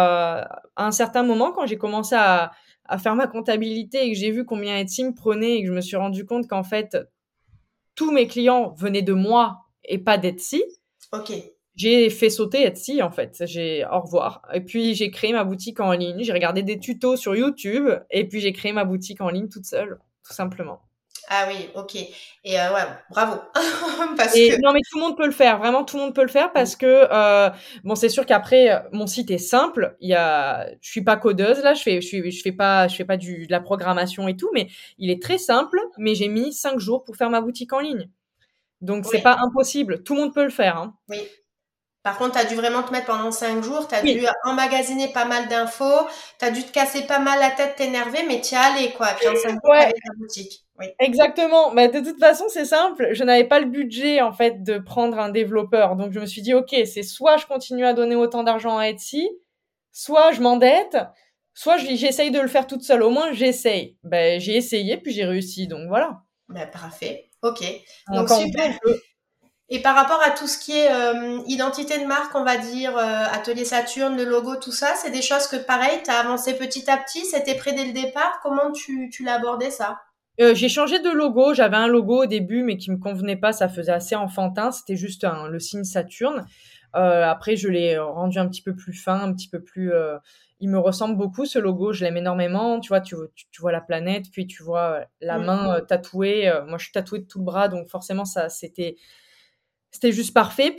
B: à un certain moment, quand j'ai commencé à faire ma comptabilité et que j'ai vu combien Etsy me prenait et que je me suis rendu compte qu'en fait, tous mes clients venaient de moi et pas d'Etsy,
A: Ok.
B: j'ai fait sauter Etsy en fait. J'ai au revoir. Et puis j'ai créé ma boutique en ligne. J'ai regardé des tutos sur YouTube et puis j'ai créé ma boutique en ligne toute seule, tout simplement.
A: Ah oui, ok. Et ouais, bravo. Parce que...
B: Et non, mais tout le monde peut le faire. Vraiment, tout le monde peut le faire parce que bon, c'est sûr qu'après mon site est simple. Je suis pas codeuse là. Je fais pas de la programmation et tout, mais il est très simple. Mais j'ai mis 5 jours pour faire ma boutique en ligne. Donc c'est
A: Oui,
B: pas impossible. Tout le monde peut le faire, hein.
A: oui. Par contre, tu as dû vraiment te mettre pendant 5 jours, tu as
B: Oui.
A: dû emmagasiner pas mal d'infos, tu as dû te casser pas mal la tête, t'énerver, mais t'y es allé, quoi. Et puis en 5 jours, tu
B: Ouais,
A: avais ta boutique. Oui.
B: exactement. Mais de toute façon, c'est simple. Je n'avais pas le budget, en fait, de prendre un développeur. Donc, je me suis dit, OK, c'est soit je continue à donner autant d'argent à Etsy, soit je m'endette, soit j'essaye de le faire toute seule. Au moins, j'essaye. Ben, j'ai essayé, puis j'ai réussi. Donc, voilà.
A: Ben, parfait. Ok. Donc
B: Quand on peut,
A: super.
B: on peut.
A: Et par rapport à tout ce qui est identité de marque, on va dire, Atelier Saturne, le logo, tout ça, c'est des choses que, pareil, tu as avancé petit à petit, c'était prêt dès le départ. Comment tu l'as abordé, ça?
B: J'ai changé de logo. J'avais un logo au début, mais qui me convenait pas. Ça faisait assez enfantin. C'était juste le signe Saturne. Après, je l'ai rendu un petit peu plus fin, un petit peu plus. Il me ressemble beaucoup ce logo. Je l'aime énormément. Tu vois, tu vois la planète, puis tu vois la
A: Mm.
B: main tatouée. Moi, je suis tatouée de tout le bras, donc forcément, ça, c'était juste parfait.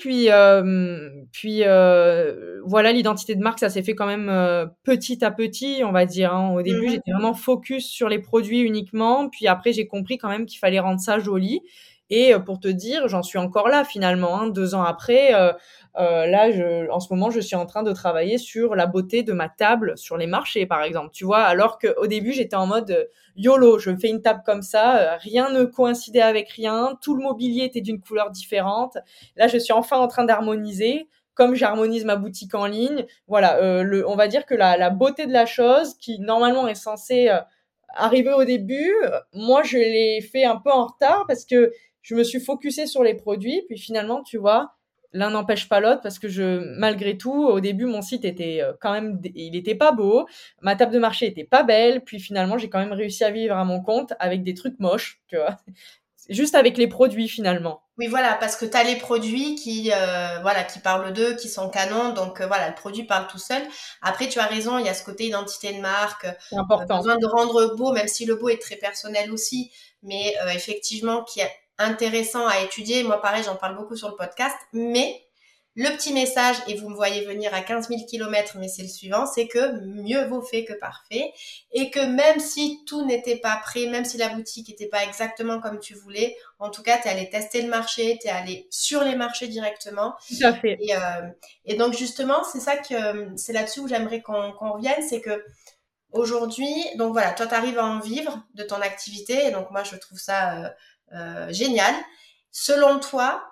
B: Puis voilà, l'identité de marque, ça s'est fait quand même petit à petit, on va dire, hein. Au début,
A: Mhm.
B: j'étais vraiment focus sur les produits uniquement. Puis après, j'ai compris quand même qu'il fallait rendre ça joli. Et pour te dire, j'en suis encore là finalement, hein, 2 ans après. Là, en ce moment, je suis en train de travailler sur la beauté de ma table sur les marchés, par exemple. Tu vois, alors qu'au début, j'étais en mode YOLO, je fais une table comme ça, rien ne coïncidait avec rien, tout le mobilier était d'une couleur différente. Là, je suis enfin en train d'harmoniser, comme j'harmonise ma boutique en ligne. Voilà, on va dire que la beauté de la chose, qui normalement est censée arriver au début, moi, je l'ai fait un peu en retard parce que je me suis focusée sur les produits. Puis finalement, tu vois, l'un n'empêche pas l'autre parce que malgré tout, au début, mon site était quand même, il était pas beau, ma table de marché était pas belle, puis finalement, j'ai quand même réussi à vivre à mon compte avec des trucs moches, tu vois. Juste avec les produits finalement.
A: Oui, voilà, parce que tu as les produits qui parlent d'eux, qui sont canons, donc voilà, le produit parle tout seul. Après, tu as raison, il y a ce côté identité de marque,
B: C'est important.
A: besoin de rendre beau, même si le beau est très personnel aussi, mais effectivement, qui est intéressant à étudier. Moi, pareil, j'en parle beaucoup sur le podcast, mais le petit message, et vous me voyez venir à 15 000 kilomètres, mais c'est le suivant, c'est que mieux vaut fait que parfait, et que même si tout n'était pas prêt, même si la boutique n'était pas exactement comme tu voulais, en tout cas, tu es allé tester le marché, tu es allé sur les marchés directement.
B: Tout à fait.
A: Et donc, justement, c'est là-dessus où j'aimerais qu'on revienne, c'est que aujourd'hui, donc voilà, toi, tu arrives à en vivre de ton activité, et donc moi, je trouve ça génial. Selon toi,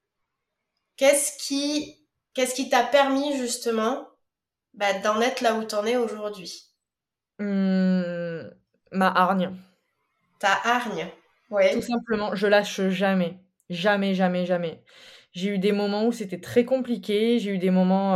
A: qu'est-ce qui t'a permis justement d'en être là où t'en es aujourd'hui?
B: Ma hargne.
A: Ta hargne.
B: Tout
A: Oui.
B: simplement, je lâche jamais. Jamais, jamais, jamais. J'ai eu des moments où c'était très compliqué, j'ai eu des moments,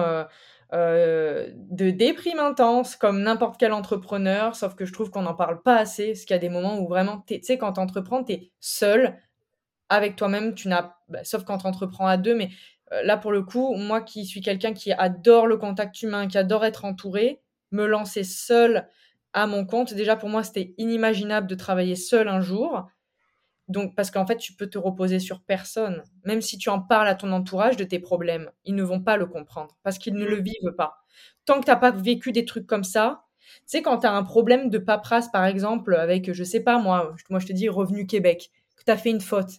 B: de déprime intense comme n'importe quel entrepreneur, sauf que je trouve qu'on n'en parle pas assez, parce qu'il y a des moments où vraiment tu sais, quand tu entreprends, tu es seul avec toi-même, sauf quand tu entreprends à 2, mais là, pour le coup, moi qui suis quelqu'un qui adore le contact humain, qui adore être entouré, me lancer seule à mon compte, déjà pour moi, c'était inimaginable de travailler seule un jour. Donc, parce qu'en fait, tu peux te reposer sur personne. Même si tu en parles à ton entourage de tes problèmes, ils ne vont pas le comprendre parce qu'ils ne le vivent pas. Tant que tu as pas vécu des trucs comme ça, tu sais, quand tu as un problème de paperasse, par exemple, avec, je sais pas moi je te dis Revenu Québec, que tu as fait une faute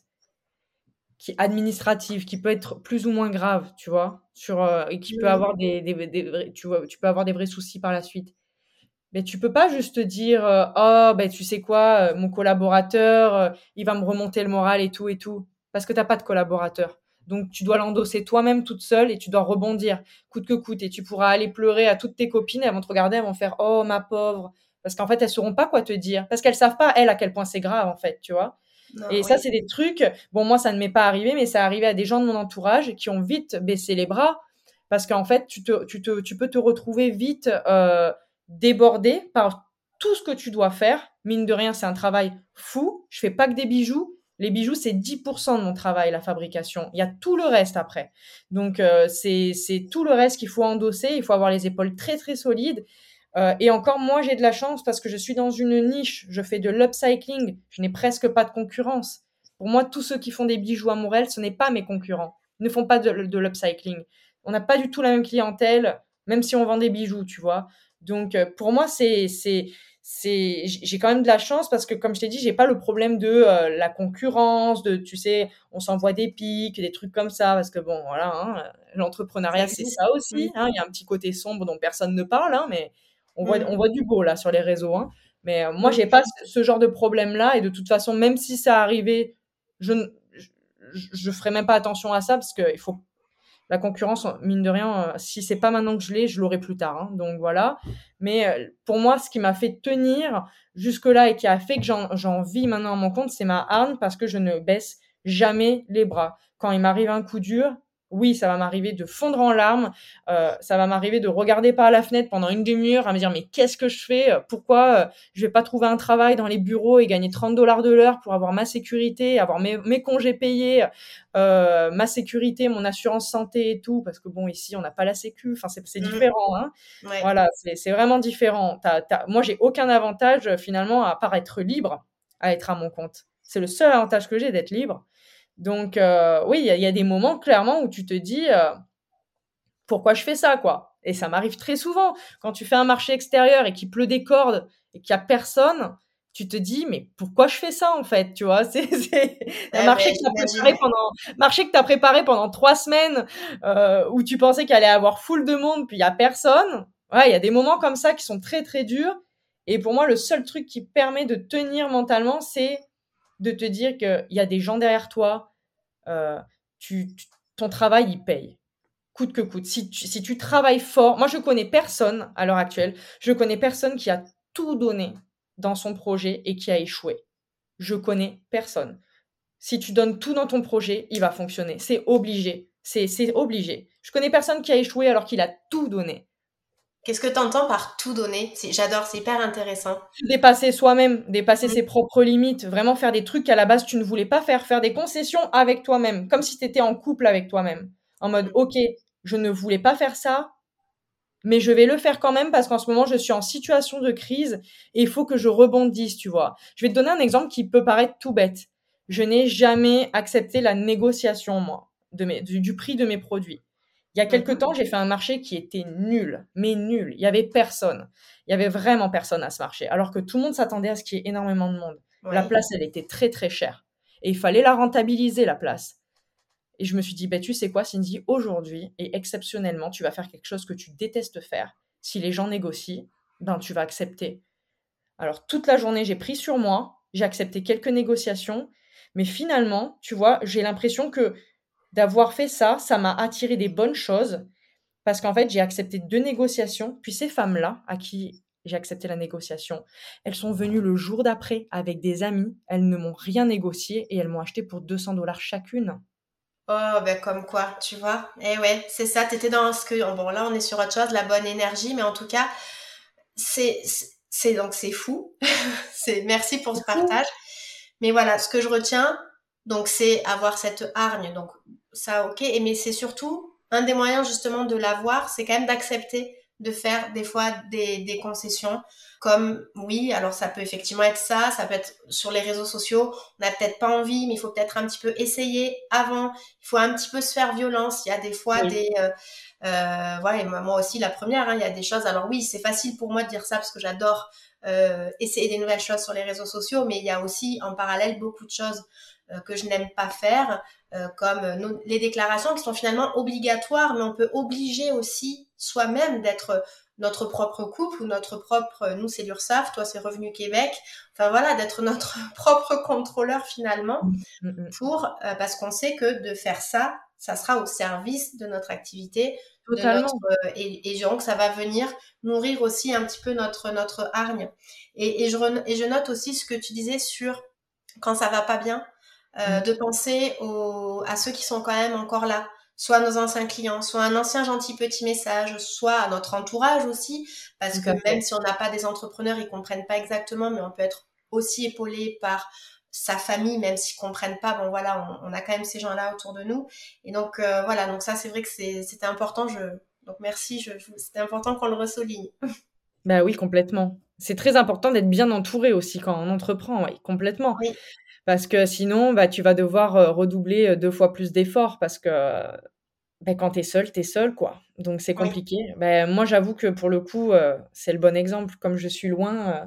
B: qui administrative, qui peut être plus ou moins grave, tu vois, et qui peut avoir tu peux avoir des vrais soucis par la suite. Mais tu peux pas juste te dire, «Oh, ben tu sais quoi? Mon collaborateur, il va me remonter le moral et tout», parce que tu as pas de collaborateur. Donc tu dois l'endosser toi-même toute seule et tu dois rebondir coûte que coûte et tu pourras aller pleurer à toutes tes copines, elles vont te regarder, elles vont faire: «Oh ma pauvre», parce qu'en fait, elles sauront pas quoi te dire, parce qu'elles savent pas, elles, à quel point c'est grave, en fait, tu vois?
A: Non,
B: Et ça,
A: oui.
B: c'est des trucs, bon, moi, ça ne m'est pas arrivé, mais c'est arrivé à des gens de mon entourage qui ont vite baissé les bras parce qu'en fait, tu peux te retrouver vite débordé par tout ce que tu dois faire. Mine de rien, c'est un travail fou. Je fais pas que des bijoux. Les bijoux, c'est 10% de mon travail, la fabrication. Il y a tout le reste après. Donc, c'est tout le reste qu'il faut endosser. Il faut avoir les épaules très, très solides. Et encore, moi, j'ai de la chance parce que je suis dans une niche. Je fais de l'upcycling. Je n'ai presque pas de concurrence. Pour moi, tous ceux qui font des bijoux à Morel, ce n'est pas mes concurrents. Ils ne font pas de l'upcycling. On n'a pas du tout la même clientèle, même si on vend des bijoux, tu vois. Donc, pour moi, j'ai quand même de la chance parce que, comme je t'ai dit, j'ai pas le problème de la concurrence, tu sais, on s'envoie des pics, des trucs comme ça, parce que bon, voilà, hein,
A: Ça
B: l'entrepreneuriat, c'est
A: existe.
B: ça aussi, hein. Il y a un petit côté sombre dont personne ne parle, hein, mais on
A: Mm.
B: voit du beau là sur les réseaux, hein. Mais moi,
A: Oui.
B: j'ai pas ce genre de problème-là, et de toute façon, même si ça arrivait, je ne, je ferais même pas attention à ça parce que il faut la concurrence, mine de rien, si c'est pas maintenant que je l'ai, je l'aurai plus tard, hein, donc voilà. Mais pour moi, ce qui m'a fait tenir jusque-là et qui a fait que j'en vis maintenant à mon compte, c'est ma hargne parce que je ne baisse jamais les bras. Quand il m'arrive un coup dur, oui, ça va m'arriver de fondre en larmes, ça va m'arriver de regarder par la fenêtre pendant une demi-heure à me dire: «Mais qu'est-ce que je fais? Pourquoi, je vais pas trouver un travail dans les bureaux et gagner 30 $ de l'heure pour avoir ma sécurité, avoir mes congés payés, ma sécurité, mon assurance santé et tout», parce que bon, ici, on n'a pas la sécu, enfin, c'est
A: Mm.
B: différent, hein.
A: Ouais.
B: Voilà, c'est vraiment différent. Moi, j'ai aucun avantage, finalement, à part être libre, à être à mon compte. C'est le seul avantage que j'ai d'être libre. Donc, oui, il y a des moments, clairement, où tu te dis, pourquoi je fais ça, quoi? Et ça m'arrive très souvent. Quand tu fais un marché extérieur et qu'il pleut des cordes et qu'il y a personne, tu te dis: «Mais pourquoi je fais ça, en fait?» Tu vois? C'est un
A: Eh
B: marché
A: ben,
B: que tu as
A: j'imagine.
B: préparé pendant 3 semaines, où tu pensais qu'il allait y avoir foule de monde, puis il y a personne. Ouais, il y a des moments comme ça qui sont très, très durs, et pour moi, le seul truc qui permet de tenir mentalement, c'est de te dire qu'il y a des gens derrière toi, heu, ton travail, il paye coûte que coûte. Si tu travailles fort, moi je connais personne à l'heure actuelle, je connais personne qui a tout donné dans son projet et qui a échoué. Je connais personne. Si tu donnes tout dans ton projet, il va fonctionner. C'est obligé. C'est obligé. Je connais personne qui a échoué alors qu'il a tout donné.
A: Qu'est-ce que tu entends par tout donner? J'adore, c'est hyper intéressant.
B: Dépasser soi-même, dépasser
A: Mmh.
B: ses propres limites, vraiment faire des trucs qu'à la base tu ne voulais pas faire, faire des concessions avec toi-même, comme si tu étais en couple avec toi-même. En mode, OK, je ne voulais pas faire ça, mais je vais le faire quand même parce qu'en ce moment je suis en situation de crise et il faut que je rebondisse, tu vois. Je vais te donner un exemple qui peut paraître tout bête. Je n'ai jamais accepté la négociation, moi, du prix de mes produits. Il y a quelque
A: Mmh.
B: temps, j'ai fait un marché qui était nul, mais nul. Il y avait personne. Il y avait vraiment personne à ce marché, alors que tout le monde s'attendait à ce qu'il y ait énormément de monde. La
A: Oui.
B: place, elle était très très chère et il fallait la rentabiliser, la place. Et je me suis dit, bah, tu sais quoi, Cindy, aujourd'hui et exceptionnellement, tu vas faire quelque chose que tu détestes faire. Si les gens négocient, ben, tu vas accepter. Alors, toute la journée, j'ai pris sur moi, j'ai accepté quelques négociations, mais finalement, tu vois, j'ai l'impression que d'avoir fait ça, ça m'a attiré des bonnes choses parce qu'en fait, j'ai accepté 2 négociations, puis ces femmes-là, à qui j'ai accepté la négociation, elles sont venues le jour d'après avec des amis, elles ne m'ont rien négocié et elles m'ont acheté pour 200 $ chacune.
A: Oh, ben comme quoi, tu vois. Eh ouais, c'est ça, t'étais dans ce que... Bon, là, on est sur autre chose, la bonne énergie, mais en tout cas, donc c'est fou. Merci pour ce
B: C'est fou.
A: partage. Mais voilà, ce que je retiens, donc c'est avoir cette hargne. Donc ça, ok. Mais c'est surtout un des moyens justement de l'avoir, c'est quand même d'accepter de faire des fois des concessions. Comme oui, alors ça peut effectivement être ça, ça peut être sur les réseaux sociaux, on n'a peut-être pas envie, mais il faut peut-être un petit peu essayer avant, il faut un petit peu se faire violence. Il y a des fois
B: Oui,
A: voilà, et moi aussi la première, hein, il y a des choses. Alors oui, c'est facile pour moi de dire ça parce que j'adore essayer des nouvelles choses sur les réseaux sociaux, mais il y a aussi en parallèle beaucoup de choses que je n'aime pas faire, comme les déclarations qui sont finalement obligatoires, mais on peut obliger aussi soi-même d'être notre propre couple ou notre propre, nous c'est l'URSSAF, toi c'est Revenu Québec, enfin voilà, d'être notre propre contrôleur finalement,
B: mmh, mmh mh.
A: parce qu'on sait que de faire ça, ça sera au service de notre activité, de notre
B: Totalement.
A: et donc ça va venir nourrir aussi un petit peu notre hargne. Et je note aussi ce que tu disais sur quand ça va pas bien,
B: Mmh.
A: de penser à ceux qui sont quand même encore là, soit nos anciens clients, soit un ancien gentil petit message, soit à notre entourage aussi, parce
B: Tout
A: que
B: à
A: même
B: fait.
A: si on n'a pas des entrepreneurs, ils comprennent pas exactement, mais on peut être aussi épaulé par sa famille, même s'ils comprennent pas. Bon voilà, on a quand même ces gens-là autour de nous. Et donc voilà, donc ça c'est vrai que c'était important. Donc merci, c'était important qu'on le ressouligne.
B: Bah, oui, complètement. C'est très important d'être bien entouré aussi quand on entreprend, oui, complètement.
A: Oui,
B: Parce que sinon, bah, tu vas devoir, redoubler, 2 fois plus d'efforts parce que, bah, quand tu es seul, quoi. Donc c'est
A: oui.
B: compliqué. Bah, moi, j'avoue que pour le coup, c'est le bon exemple. Comme je suis loin,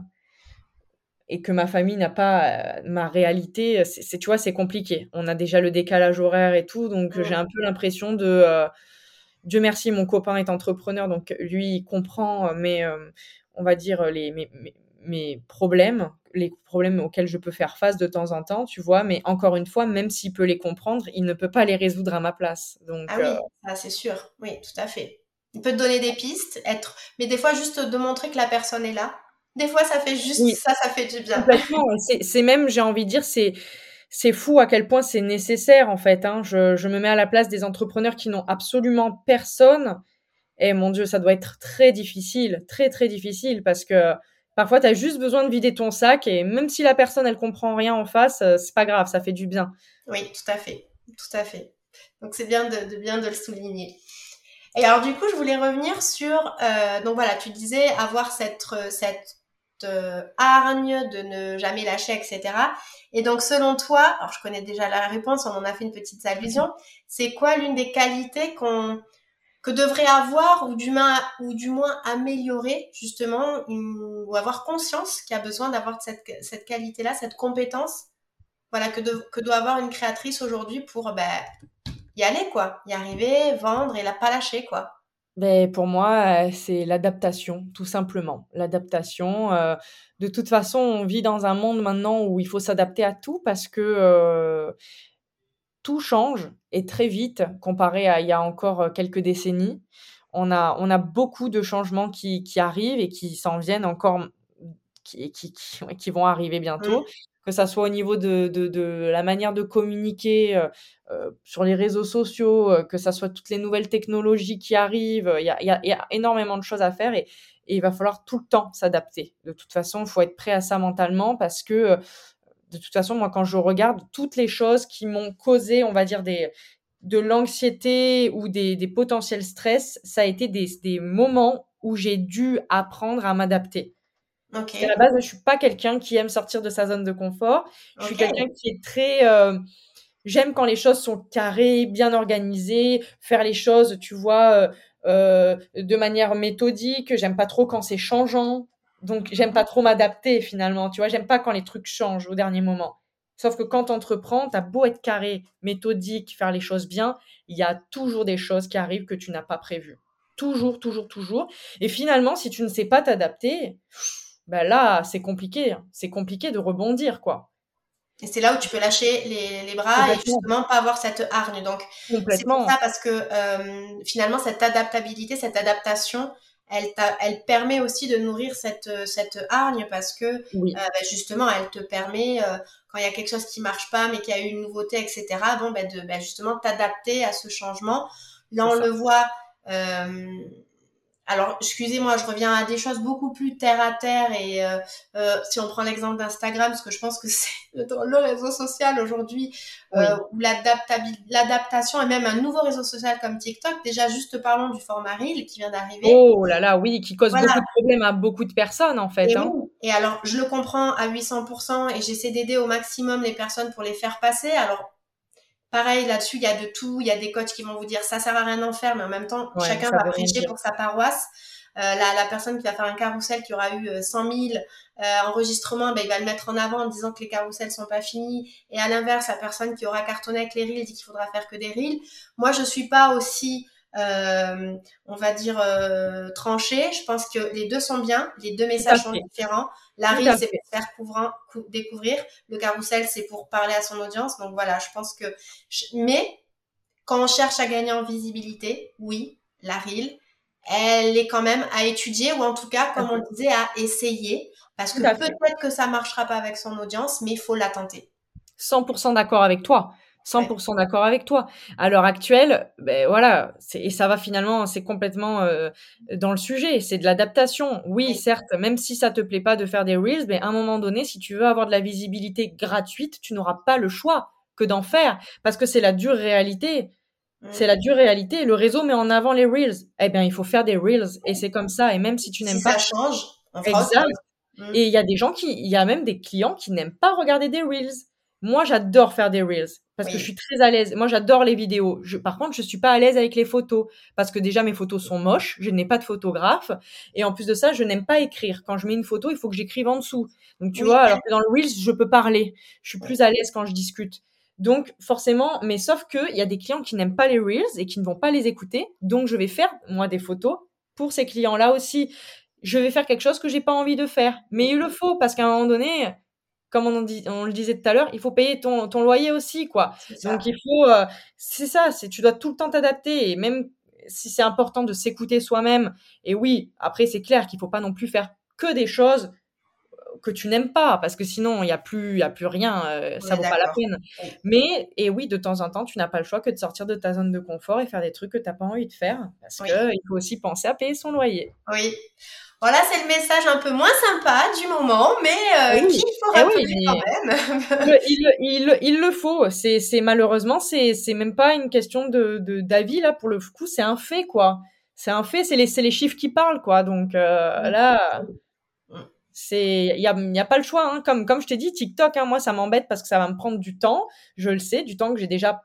B: et que ma famille n'a pas, ma réalité, tu vois, c'est compliqué. On a déjà le décalage horaire et tout, donc j'ai
A: Mm.
B: un peu l'impression de, Dieu merci, mon copain est entrepreneur, donc lui, il comprend, on va dire, mes problèmes, les problèmes auxquels je peux faire face de temps en temps, tu vois? Mais encore une fois, même s'il peut les comprendre, il ne peut pas les résoudre à ma place.
A: Ah
B: Donc
A: oui, ça c'est sûr. Oui, tout à fait. Il peut te donner des pistes, mais des fois juste de montrer que la personne est là. Des fois, ça fait juste
B: oui,
A: ça, ça fait du bien.
B: complètement, c'est même, j'ai envie de dire, c'est fou à quel point c'est nécessaire, en fait, hein. Je me mets à la place des entrepreneurs qui n'ont absolument personne. Et mon Dieu, ça doit être très difficile, très, très difficile parce que parfois, tu as juste besoin de vider ton sac et même si la personne, elle comprend rien en face, c'est pas grave, ça fait du bien.
A: Oui, tout à fait, tout à fait. Donc c'est bien de bien de le souligner. Et alors du coup, je voulais revenir sur donc voilà, tu disais avoir cette hargne de ne jamais lâcher, etc. Et donc selon toi, alors je connais déjà la réponse, on en a fait une petite allusion. C'est quoi l'une des qualités que devrait avoir ou du moins améliorer justement ou avoir conscience qu'il y a besoin d'avoir cette qualité-là, cette compétence, voilà que doit avoir une créatrice aujourd'hui pour y aller quoi, y arriver, vendre et pas lâcher quoi.
B: Beh, pour moi, c'est l'adaptation, tout simplement. L'adaptation, de toute façon, on vit dans un monde maintenant où il faut s'adapter à tout parce que, tout change et très vite comparé à il y a encore, quelques décennies. On a beaucoup de changements qui arrivent et qui s'en viennent encore, qui ouais, qui vont arriver
A: Mmh.
B: bientôt. que ça soit au niveau de la manière de communiquer sur les réseaux sociaux, que ça soit toutes les nouvelles technologies qui arrivent. Il y a énormément de choses à faire et il va falloir tout le temps s'adapter. De toute façon, il faut être prêt à ça mentalement parce que de toute façon, moi, quand je regarde toutes les choses qui m'ont causé, on va dire, de l'anxiété ou des potentiels stress, ça a été des moments où j'ai dû apprendre à m'adapter.
A: Ok,
B: Parce qu'à la base, je suis pas quelqu'un qui aime sortir de sa zone de confort. Je suis
A: ok.
B: quelqu'un qui est très, j'aime quand les choses sont carrées, bien organisées, faire les choses, tu vois, de manière méthodique. J'aime pas trop quand c'est changeant. Donc, j'aime pas trop m'adapter finalement, tu vois. J'aime pas quand les trucs changent au dernier moment. Sauf que quand tu entreprends, tu as beau être carré, méthodique, faire les choses bien, il y a toujours des choses qui arrivent que tu n'as pas prévues. Toujours, toujours, toujours. Et finalement, si tu ne sais pas t'adapter, ben là, c'est compliqué, hein. C'est compliqué de rebondir, quoi.
A: Et c'est là où tu peux lâcher les bras et
B: Complètement.
A: justement pas avoir cette hargne. Donc, c'est pour ça
B: Complètement.
A: parce que finalement, cette adaptabilité, cette adaptation, elle permet aussi de nourrir cette hargne parce que
B: Oui.
A: justement, elle te permet, quand il y a quelque chose qui marche pas, mais qu'il y a eu une nouveauté, etc., bon, justement t'adapter à ce changement. Là,
B: C'est
A: on
B: ça.
A: le voit. euh, alors, excusez-moi, je reviens à des choses beaucoup plus terre à terre et si on prend l'exemple d'Instagram, parce que je pense que c'est le réseau social aujourd'hui
B: Oui.
A: où l'adaptation et même un nouveau réseau social comme TikTok, déjà juste parlons du format Reel qui vient d'arriver.
B: Oh là là, oui, qui cause beaucoup
A: Voilà.
B: de problèmes à beaucoup de personnes, en fait,
A: Et
B: hein.
A: oui. Et alors, je le comprends à 800% et j'essaie d'aider au maximum les personnes pour les faire passer. Alors, pareil, là-dessus, il y a de tout. Il y a des coachs qui vont vous dire ça sert à rien d'en faire, mais en même temps,
B: Ouais,
A: chacun
B: ça
A: va
B: veut rien
A: prêcher
B: dire.
A: pour sa paroisse. La personne qui va faire un carrousel qui aura eu 100 000 enregistrements, ben, il va le mettre en avant en disant que les carousels sont pas finis. Et à l'inverse, la personne qui aura cartonné avec les reels dit qu'il faudra faire que des reels. Moi, je suis pas aussi, on va dire, tranchée. Je pense que les deux sont bien. Les deux
B: Tout à
A: messages sont
B: fait,
A: différents. La
B: tout
A: reel,
B: à
A: c'est
B: fait.
A: pour faire découvrir. Le carrousel, c'est pour parler à son audience. Donc voilà, je pense que... Mais quand on cherche à gagner en visibilité, oui, la reel, elle est quand même à étudier ou en tout cas,
B: Tout à
A: comme on
B: fait.
A: le disait, à essayer. Parce
B: Tout
A: que
B: à fait.
A: peut-être que ça marchera pas avec son audience, mais il faut la tenter.
B: 100% d'accord avec toi. cent
A: Ouais.
B: pour 100 d'accord avec toi. À l'heure actuelle, ben voilà, et ça va finalement, c'est complètement dans le sujet, c'est de l'adaptation. Oui,
A: Oui.
B: certes, même si ça te plaît pas de faire des reels, mais à un moment donné, si tu veux avoir de la visibilité gratuite, tu n'auras pas le choix que d'en faire, parce que c'est la dure réalité. C'est
A: Mm.
B: la dure réalité. Le réseau met en avant les reels. Eh bien, il faut faire des reels, et c'est comme ça. Et même si tu
A: Si
B: n'aimes pas,
A: ça change, on fera autre
B: exact.
A: chose. Mm.
B: Et il y a même des clients qui n'aiment pas regarder des reels. Moi, j'adore faire des reels parce que je
A: Oui.
B: suis très à l'aise. Moi, j'adore les vidéos. Par contre, je suis pas à l'aise avec les photos parce que déjà mes photos sont moches. Je n'ai pas de photographe et en plus de ça, je n'aime pas écrire. Quand je mets une photo, il faut que j'écrive en dessous. Donc tu
A: Oui.
B: vois, alors que dans le reels, je peux parler. Je suis
A: Oui.
B: plus à l'aise quand je discute. Donc forcément, mais sauf que il y a des clients qui n'aiment pas les reels et qui ne vont pas les écouter. Donc je vais faire moi des photos pour ces clients-là aussi. Je vais faire quelque chose que j'ai pas envie de faire. Mais il le faut parce qu'à un moment donné, comme on le disait tout à l'heure, il faut payer ton loyer aussi, quoi.
A: C'est
B: Donc
A: ça.
B: il faut, c'est ça, tu dois tout le temps t'adapter et même si c'est important de s'écouter soi-même. Et oui, après c'est clair qu'il faut pas non plus faire que des choses que tu n'aimes pas parce que sinon il y a plus rien,
A: On
B: ça
A: est
B: vaut pas la
A: d'accord.
B: peine.
A: Oui.
B: Mais et oui, de temps en temps, tu n'as pas le choix que de sortir de ta zone de confort et faire des trucs que tu as pas envie de faire parce
A: Oui.
B: que il faut aussi penser à payer son loyer.
A: Oui. Voilà, c'est le message un peu moins sympa du moment, mais
B: Eh oui,
A: qu'il faut
B: eh oui,
A: rappeler quand
B: mais
A: même.
B: il le faut. C'est malheureusement, c'est même pas une question d'avis là pour le coup, c'est un fait quoi. C'est un fait, c'est les chiffres qui parlent quoi. Donc là, il y a pas le choix. Hein. Comme je t'ai dit, TikTok, hein, moi ça m'embête parce que ça va me prendre du temps. Je le sais, du temps que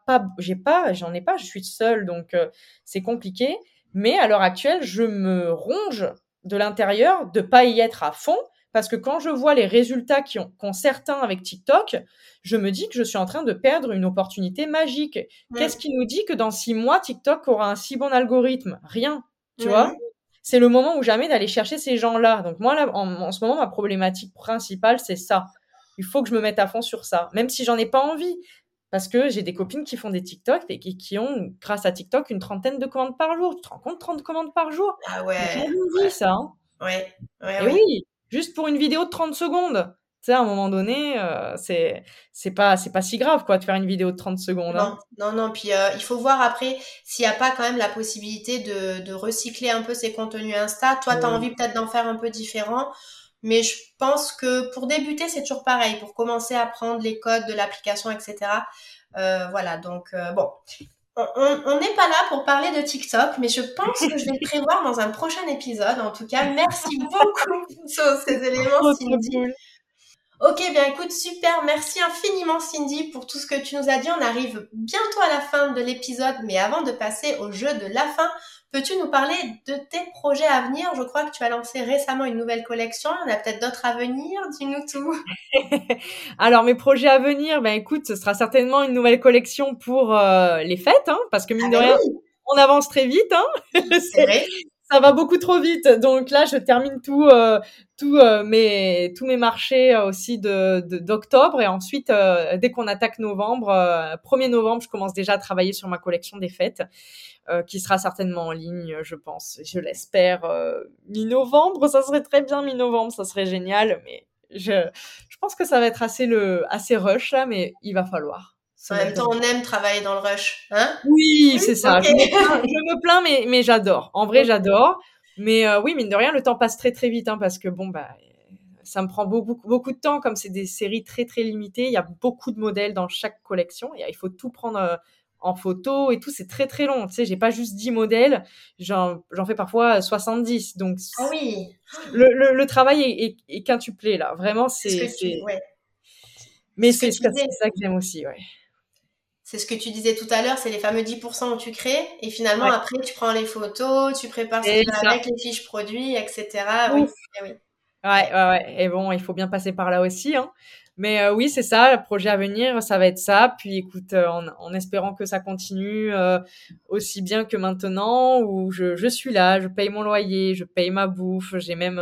B: j'en ai pas. Je suis seule, donc c'est compliqué. Mais à l'heure actuelle, je me ronge de l'intérieur de pas y être à fond. Parce que quand je vois les résultats qu'ont certains avec TikTok, je me dis que je suis en train de perdre une opportunité magique. Qu'est-ce
A: Mm.
B: qui nous dit que dans 6 mois, TikTok aura un si bon algorithme? Rien, tu vois?
A: Mhm.
B: C'est le moment ou jamais d'aller chercher ces gens-là. Donc moi, là, en ce moment, ma problématique principale, c'est ça. Il faut que je me mette à fond sur ça, même si j'en ai pas envie. Parce que j'ai des copines qui font des TikTok et qui ont, grâce à TikTok, une trentaine de commandes par jour. Tu te rends compte, 30 commandes par jour?
A: Ah
B: Mais
A: ouais,
B: quelle vie,
A: ouais,
B: ça, hein?
A: ouais, ouais,
B: Et
A: oui.
B: oui, juste pour une vidéo de 30 secondes. sais, à un moment donné, c'est pas si grave, quoi, de faire une vidéo de 30 secondes, hein.
A: Non. Puis il faut voir après s'il n'y a pas quand même la possibilité de recycler un peu ses contenus Insta. Toi, tu as envie peut-être d'en faire un peu différent. Mais je pense que pour débuter, c'est toujours pareil. Pour commencer à apprendre les codes de l'application, etc. Voilà, donc bon. On n'est pas là pour parler de TikTok, mais je pense que je vais le prévoir dans un prochain épisode. En tout cas, merci beaucoup pour ces éléments,
B: Trop, trop
A: Cindy.
B: cool.
A: Ok, bien écoute, super. Merci infiniment, Cindy, pour tout ce que tu nous as dit. On arrive bientôt à la fin de l'épisode, mais avant de passer au jeu de la fin, peux-tu nous parler de tes projets à venir? Je crois que tu as lancé récemment une nouvelle collection. Il y en a peut-être d'autres à venir. Dis-nous tout.
B: Alors mes projets à venir, ben écoute, ce sera certainement une nouvelle collection pour les fêtes, hein, parce que mine
A: Ah
B: de
A: ben
B: rien,
A: oui,
B: on avance très vite, hein.
A: c'est vrai.
B: Ça va beaucoup trop vite. Donc là, je termine tous mes marchés aussi d'octobre, et ensuite, dès qu'on attaque novembre, 1er novembre, je commence déjà à travailler sur ma collection des fêtes, qui sera certainement en ligne, je pense, je l'espère, mi-novembre. Ça serait très bien, mi-novembre, ça serait génial, mais je pense que ça va être assez rush là, mais il va falloir se
A: En
B: mettre
A: même temps,
B: dedans.
A: on aime travailler dans le rush, hein?
B: Oui,
A: Oui,
B: c'est ça.
A: ok.
B: Je me plains, mais j'adore. En vrai,
A: Ok.
B: j'adore. Mais oui, mine de rien, le temps passe très très vite, hein, parce que bon, bah, ça me prend beaucoup beaucoup de temps, comme c'est des séries très très limitées. Il y a beaucoup de modèles dans chaque collection. Et il faut tout prendre en photo et tout. C'est très très long. Tu sais, j'ai pas juste 10 modèles. J'en fais parfois 70. Donc
A: Ah oui,
B: le travail est quintuplé là. Vraiment,
A: c'est ce que ouais,
B: mais
A: c'est ce que
B: c'est
A: tu disais.
B: ça que j'aime aussi, ouais.
A: C'est ce que tu disais tout à l'heure, c'est les fameux 10% où tu crées et finalement
B: Ouais,
A: après tu prends les photos, tu prépares ce
B: c'est
A: qui va
B: ça.
A: avec, les fiches produits, etc. Oui,
B: Ouf.
A: eh oui,
B: Ouais,
A: ouais.
B: ouais, ouais. Et bon, il faut bien passer par là aussi, hein. Mais oui, c'est ça, le projet à venir, ça va être ça. Puis écoute, en espérant que ça continue aussi bien que maintenant, où je suis là, je paye mon loyer, je paye ma bouffe, j'ai même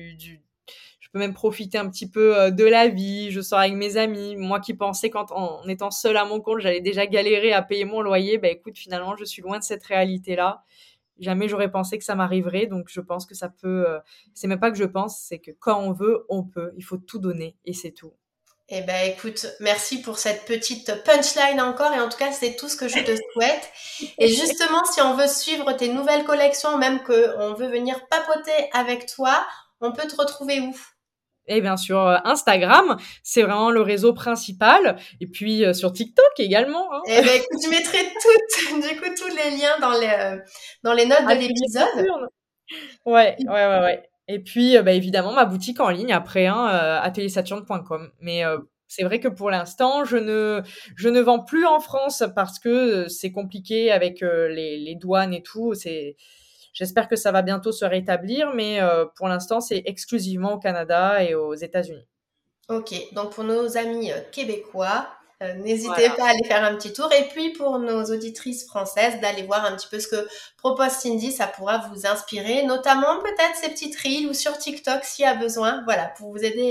B: je peux même profiter un petit peu de la vie, je sors avec mes amis. Moi qui pensais en étant seule à mon compte, j'allais déjà galérer à payer mon loyer, bah écoute, finalement, je suis loin de cette réalité-là. Jamais j'aurais pensé que ça m'arriverait, donc je pense que ça peut. C'est même pas que je pense, c'est que quand on veut, on peut. Il faut tout donner et c'est tout.
A: Eh ben écoute, merci pour cette petite punchline encore et en tout cas c'est tout ce que je te souhaite. Et justement, si on veut suivre tes nouvelles collections, même que on veut venir papoter avec toi, on peut te retrouver où?
B: Et bien sûr, Instagram, c'est vraiment le réseau principal. Et puis sur TikTok également, hein.
A: Eh ben écoute, je mettrai du coup tous les liens dans les notes de
B: Atelier
A: l'épisode.
B: Saturne. Ouais, ouais, ouais, ouais. Et puis, bah, évidemment, ma boutique en ligne après, hein, ateliersaturne.com. Mais c'est vrai que pour l'instant, je ne vends plus en France parce que c'est compliqué avec les douanes et tout. J'espère que ça va bientôt se rétablir, mais pour l'instant, c'est exclusivement au Canada et aux États-Unis.
A: Ok, donc pour nos amis québécois, n'hésitez
B: Voilà.
A: pas à aller faire un petit tour. Et puis pour nos auditrices françaises, d'aller voir un petit peu ce que propose Cindy, ça pourra vous inspirer, notamment peut-être ces petites reels ou sur TikTok s'il y a besoin, voilà, pour vous aider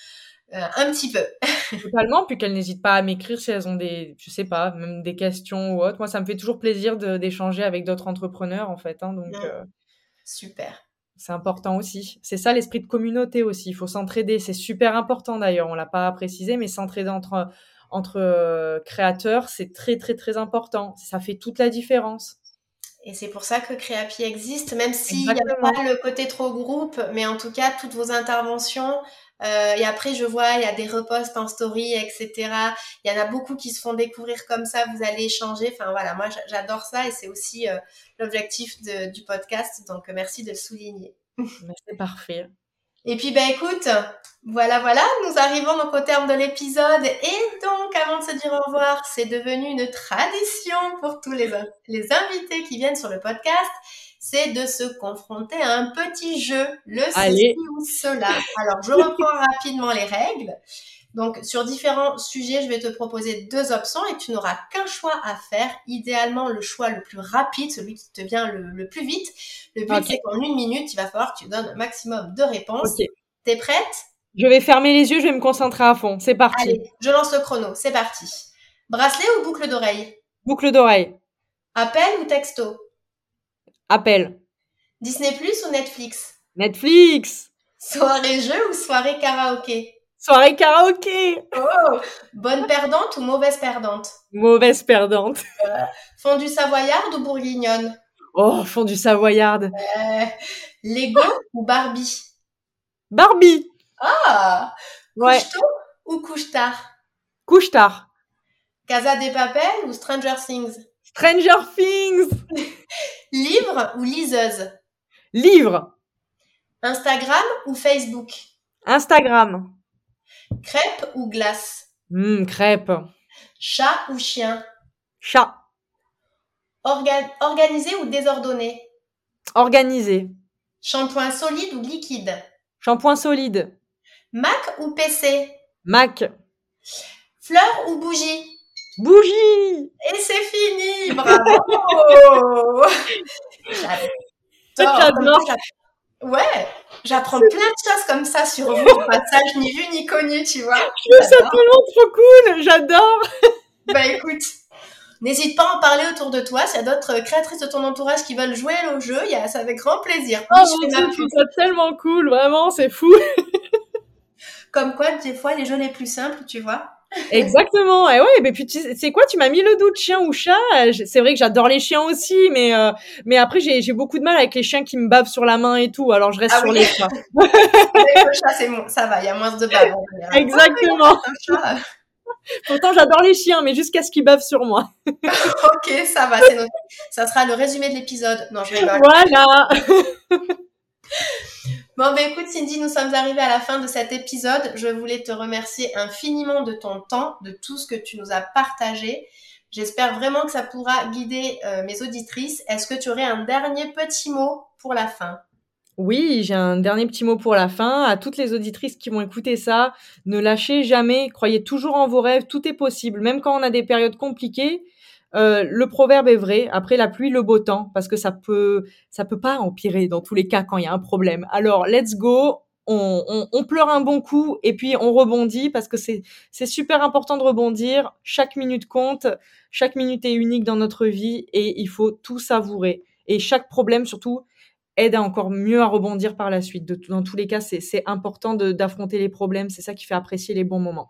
A: un petit peu.
B: Totalement, puis qu'elles n'hésitent pas à m'écrire si elles ont je sais pas, même des questions ou autre. Moi, ça me fait toujours plaisir d'échanger avec d'autres entrepreneurs, en fait, hein, donc
A: Mm, super.
B: c'est important aussi. C'est ça l'esprit de communauté aussi. Il faut s'entraider. C'est super important d'ailleurs. On l'a pas précisé, mais s'entraider entre créateurs, c'est très très très important. Ça fait toute la différence.
A: Et c'est pour ça que Créapi existe, même s'il n'y a
B: Exactement.
A: pas le côté trop groupe, mais en tout cas, toutes vos interventions, et après, je vois, il y a des reposts en story, etc. Il y en a beaucoup qui se font découvrir comme ça, vous allez échanger. Enfin voilà, moi, j'adore ça et c'est aussi l'objectif du podcast, donc merci de le souligner.
B: Mais c'est parfait.
A: Et puis, ben écoute, voilà, nous arrivons donc au terme de l'épisode. Et donc, avant de se dire au revoir, c'est devenu une tradition pour tous les invités qui viennent sur le podcast, c'est de se confronter à un petit jeu, le ceci
B: Allez,
A: ou cela. Alors, je reprends rapidement les règles. Donc, sur différents sujets, je vais te proposer 2 options et tu n'auras qu'un choix à faire. Idéalement, le choix le plus rapide, celui qui te vient le plus vite. Le but,
B: ok,
A: c'est qu'en 1 minute, il va falloir que tu donnes un maximum de réponses.
B: ok.
A: T'es prête?
B: Je vais fermer les yeux, je vais me concentrer à fond. C'est parti.
A: Allez, je lance le chrono. C'est parti. Bracelet ou boucle d'oreille?
B: Boucle d'oreille.
A: Appel ou texto?
B: Appel.
A: Disney Plus ou Netflix?
B: Netflix.
A: Soirée jeu ou soirée karaoké?
B: Soirée karaoké.
A: Oh, bonne perdante ou mauvaise perdante?
B: Mauvaise perdante.
A: Fondue savoyarde ou bourguignonne?
B: Oh, fondue savoyarde.
A: Lego ou Barbie?
B: Barbie.
A: Ah!
B: Ouais.
A: Couche tôt ou couche tard?
B: Couche tard.
A: Casa de Papel ou Stranger Things?
B: Stranger Things.
A: Livre ou liseuse?
B: Livre.
A: Instagram ou Facebook?
B: Instagram.
A: Crêpe ou glace?
B: Crêpe.
A: Chat ou chien?
B: Chat.
A: Organisé ou désordonné?
B: Organisé.
A: Shampoing solide ou liquide?
B: Shampoing solide.
A: Mac ou PC?
B: Mac.
A: Fleur ou bougie?
B: Bougie.
A: Et c'est fini, bravo. J'adore. Ouais, j'apprends plein de choses comme ça sur vous, au passage, ni vu ni connu, tu vois.
B: Je trouve ça tellement trop cool, j'adore.
A: Bah écoute, n'hésite pas à en parler autour de toi, s'il y a d'autres créatrices de ton entourage qui veulent jouer au jeu, c'est avec grand plaisir.
B: Oh mon Dieu, je trouve ça tellement cool, vraiment, c'est fou.
A: Comme quoi, des fois, les jeux les plus simples, tu vois.
B: Exactement. Et ouais, mais puis c'est quoi, tu m'as mis le doute, chien ou chat. C'est vrai que j'adore les chiens aussi, mais après j'ai beaucoup de mal avec les chiens qui me bavent sur la main et tout. Alors je reste sur les chats.
A: Avec le chat, c'est bon, ça va, il y a moins de bave.
B: Exactement. Pourtant j'adore les chiens, mais jusqu'à ce qu'ils bavent sur moi.
A: Ok, ça va, c'est noté. Ça sera le résumé de l'épisode. Non, je rigole.
B: Voilà.
A: Bon, écoute Cindy, nous sommes arrivés à la fin de cet épisode. Je voulais te remercier infiniment de ton temps, de tout ce que tu nous as partagé. J'espère vraiment que ça pourra guider mes auditrices. Est-ce que tu aurais un dernier petit mot pour la fin?
B: Oui, j'ai un dernier petit mot pour la fin. À toutes les auditrices qui vont écouter ça, ne lâchez jamais, croyez toujours en vos rêves, tout est possible. Même quand on a des périodes compliquées, le proverbe est vrai, après la pluie, le beau temps, parce que ça peut pas empirer dans tous les cas quand il y a un problème. Alors, let's go, on pleure un bon coup et puis on rebondit parce que c'est super important de rebondir. Chaque minute compte, chaque minute est unique dans notre vie et il faut tout savourer. Et chaque problème, surtout, aide à encore mieux à rebondir par la suite. Dans tous les cas, c'est important d'affronter les problèmes, c'est ça qui fait apprécier les bons moments.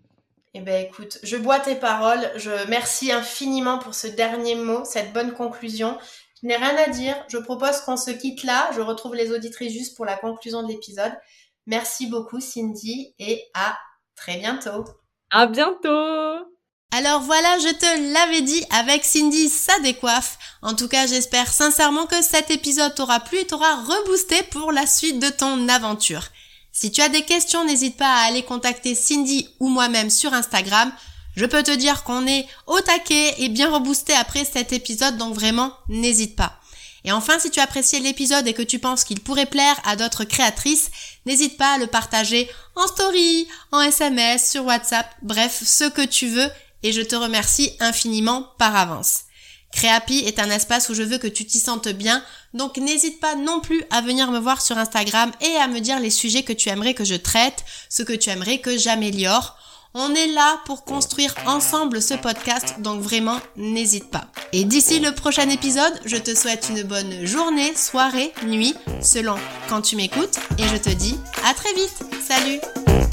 A: Eh ben écoute, je bois tes paroles, je merci infiniment pour ce dernier mot, cette bonne conclusion. Je n'ai rien à dire, je propose qu'on se quitte là, je retrouve les auditrices juste pour la conclusion de l'épisode. Merci beaucoup Cindy et à très bientôt.
B: À bientôt.
A: Alors voilà, je te l'avais dit, avec Cindy, ça décoiffe. En tout cas, j'espère sincèrement que cet épisode t'aura plu et t'aura reboosté pour la suite de ton aventure. Si tu as des questions, n'hésite pas à aller contacter Cindy ou moi-même sur Instagram. Je peux te dire qu'on est au taquet et bien reboosté après cet épisode, donc vraiment, n'hésite pas. Et enfin, si tu as apprécié l'épisode et que tu penses qu'il pourrait plaire à d'autres créatrices, n'hésite pas à le partager en story, en SMS, sur WhatsApp, bref, ce que tu veux, et je te remercie infiniment par avance. Créapi est un espace où je veux que tu t'y sentes bien, donc n'hésite pas non plus à venir me voir sur Instagram et à me dire les sujets que tu aimerais que je traite, ce que tu aimerais que j'améliore. On est là pour construire ensemble ce podcast, donc vraiment n'hésite pas. Et d'ici le prochain épisode, je te souhaite une bonne journée, soirée, nuit, selon quand tu m'écoutes, et je te dis à très vite. Salut!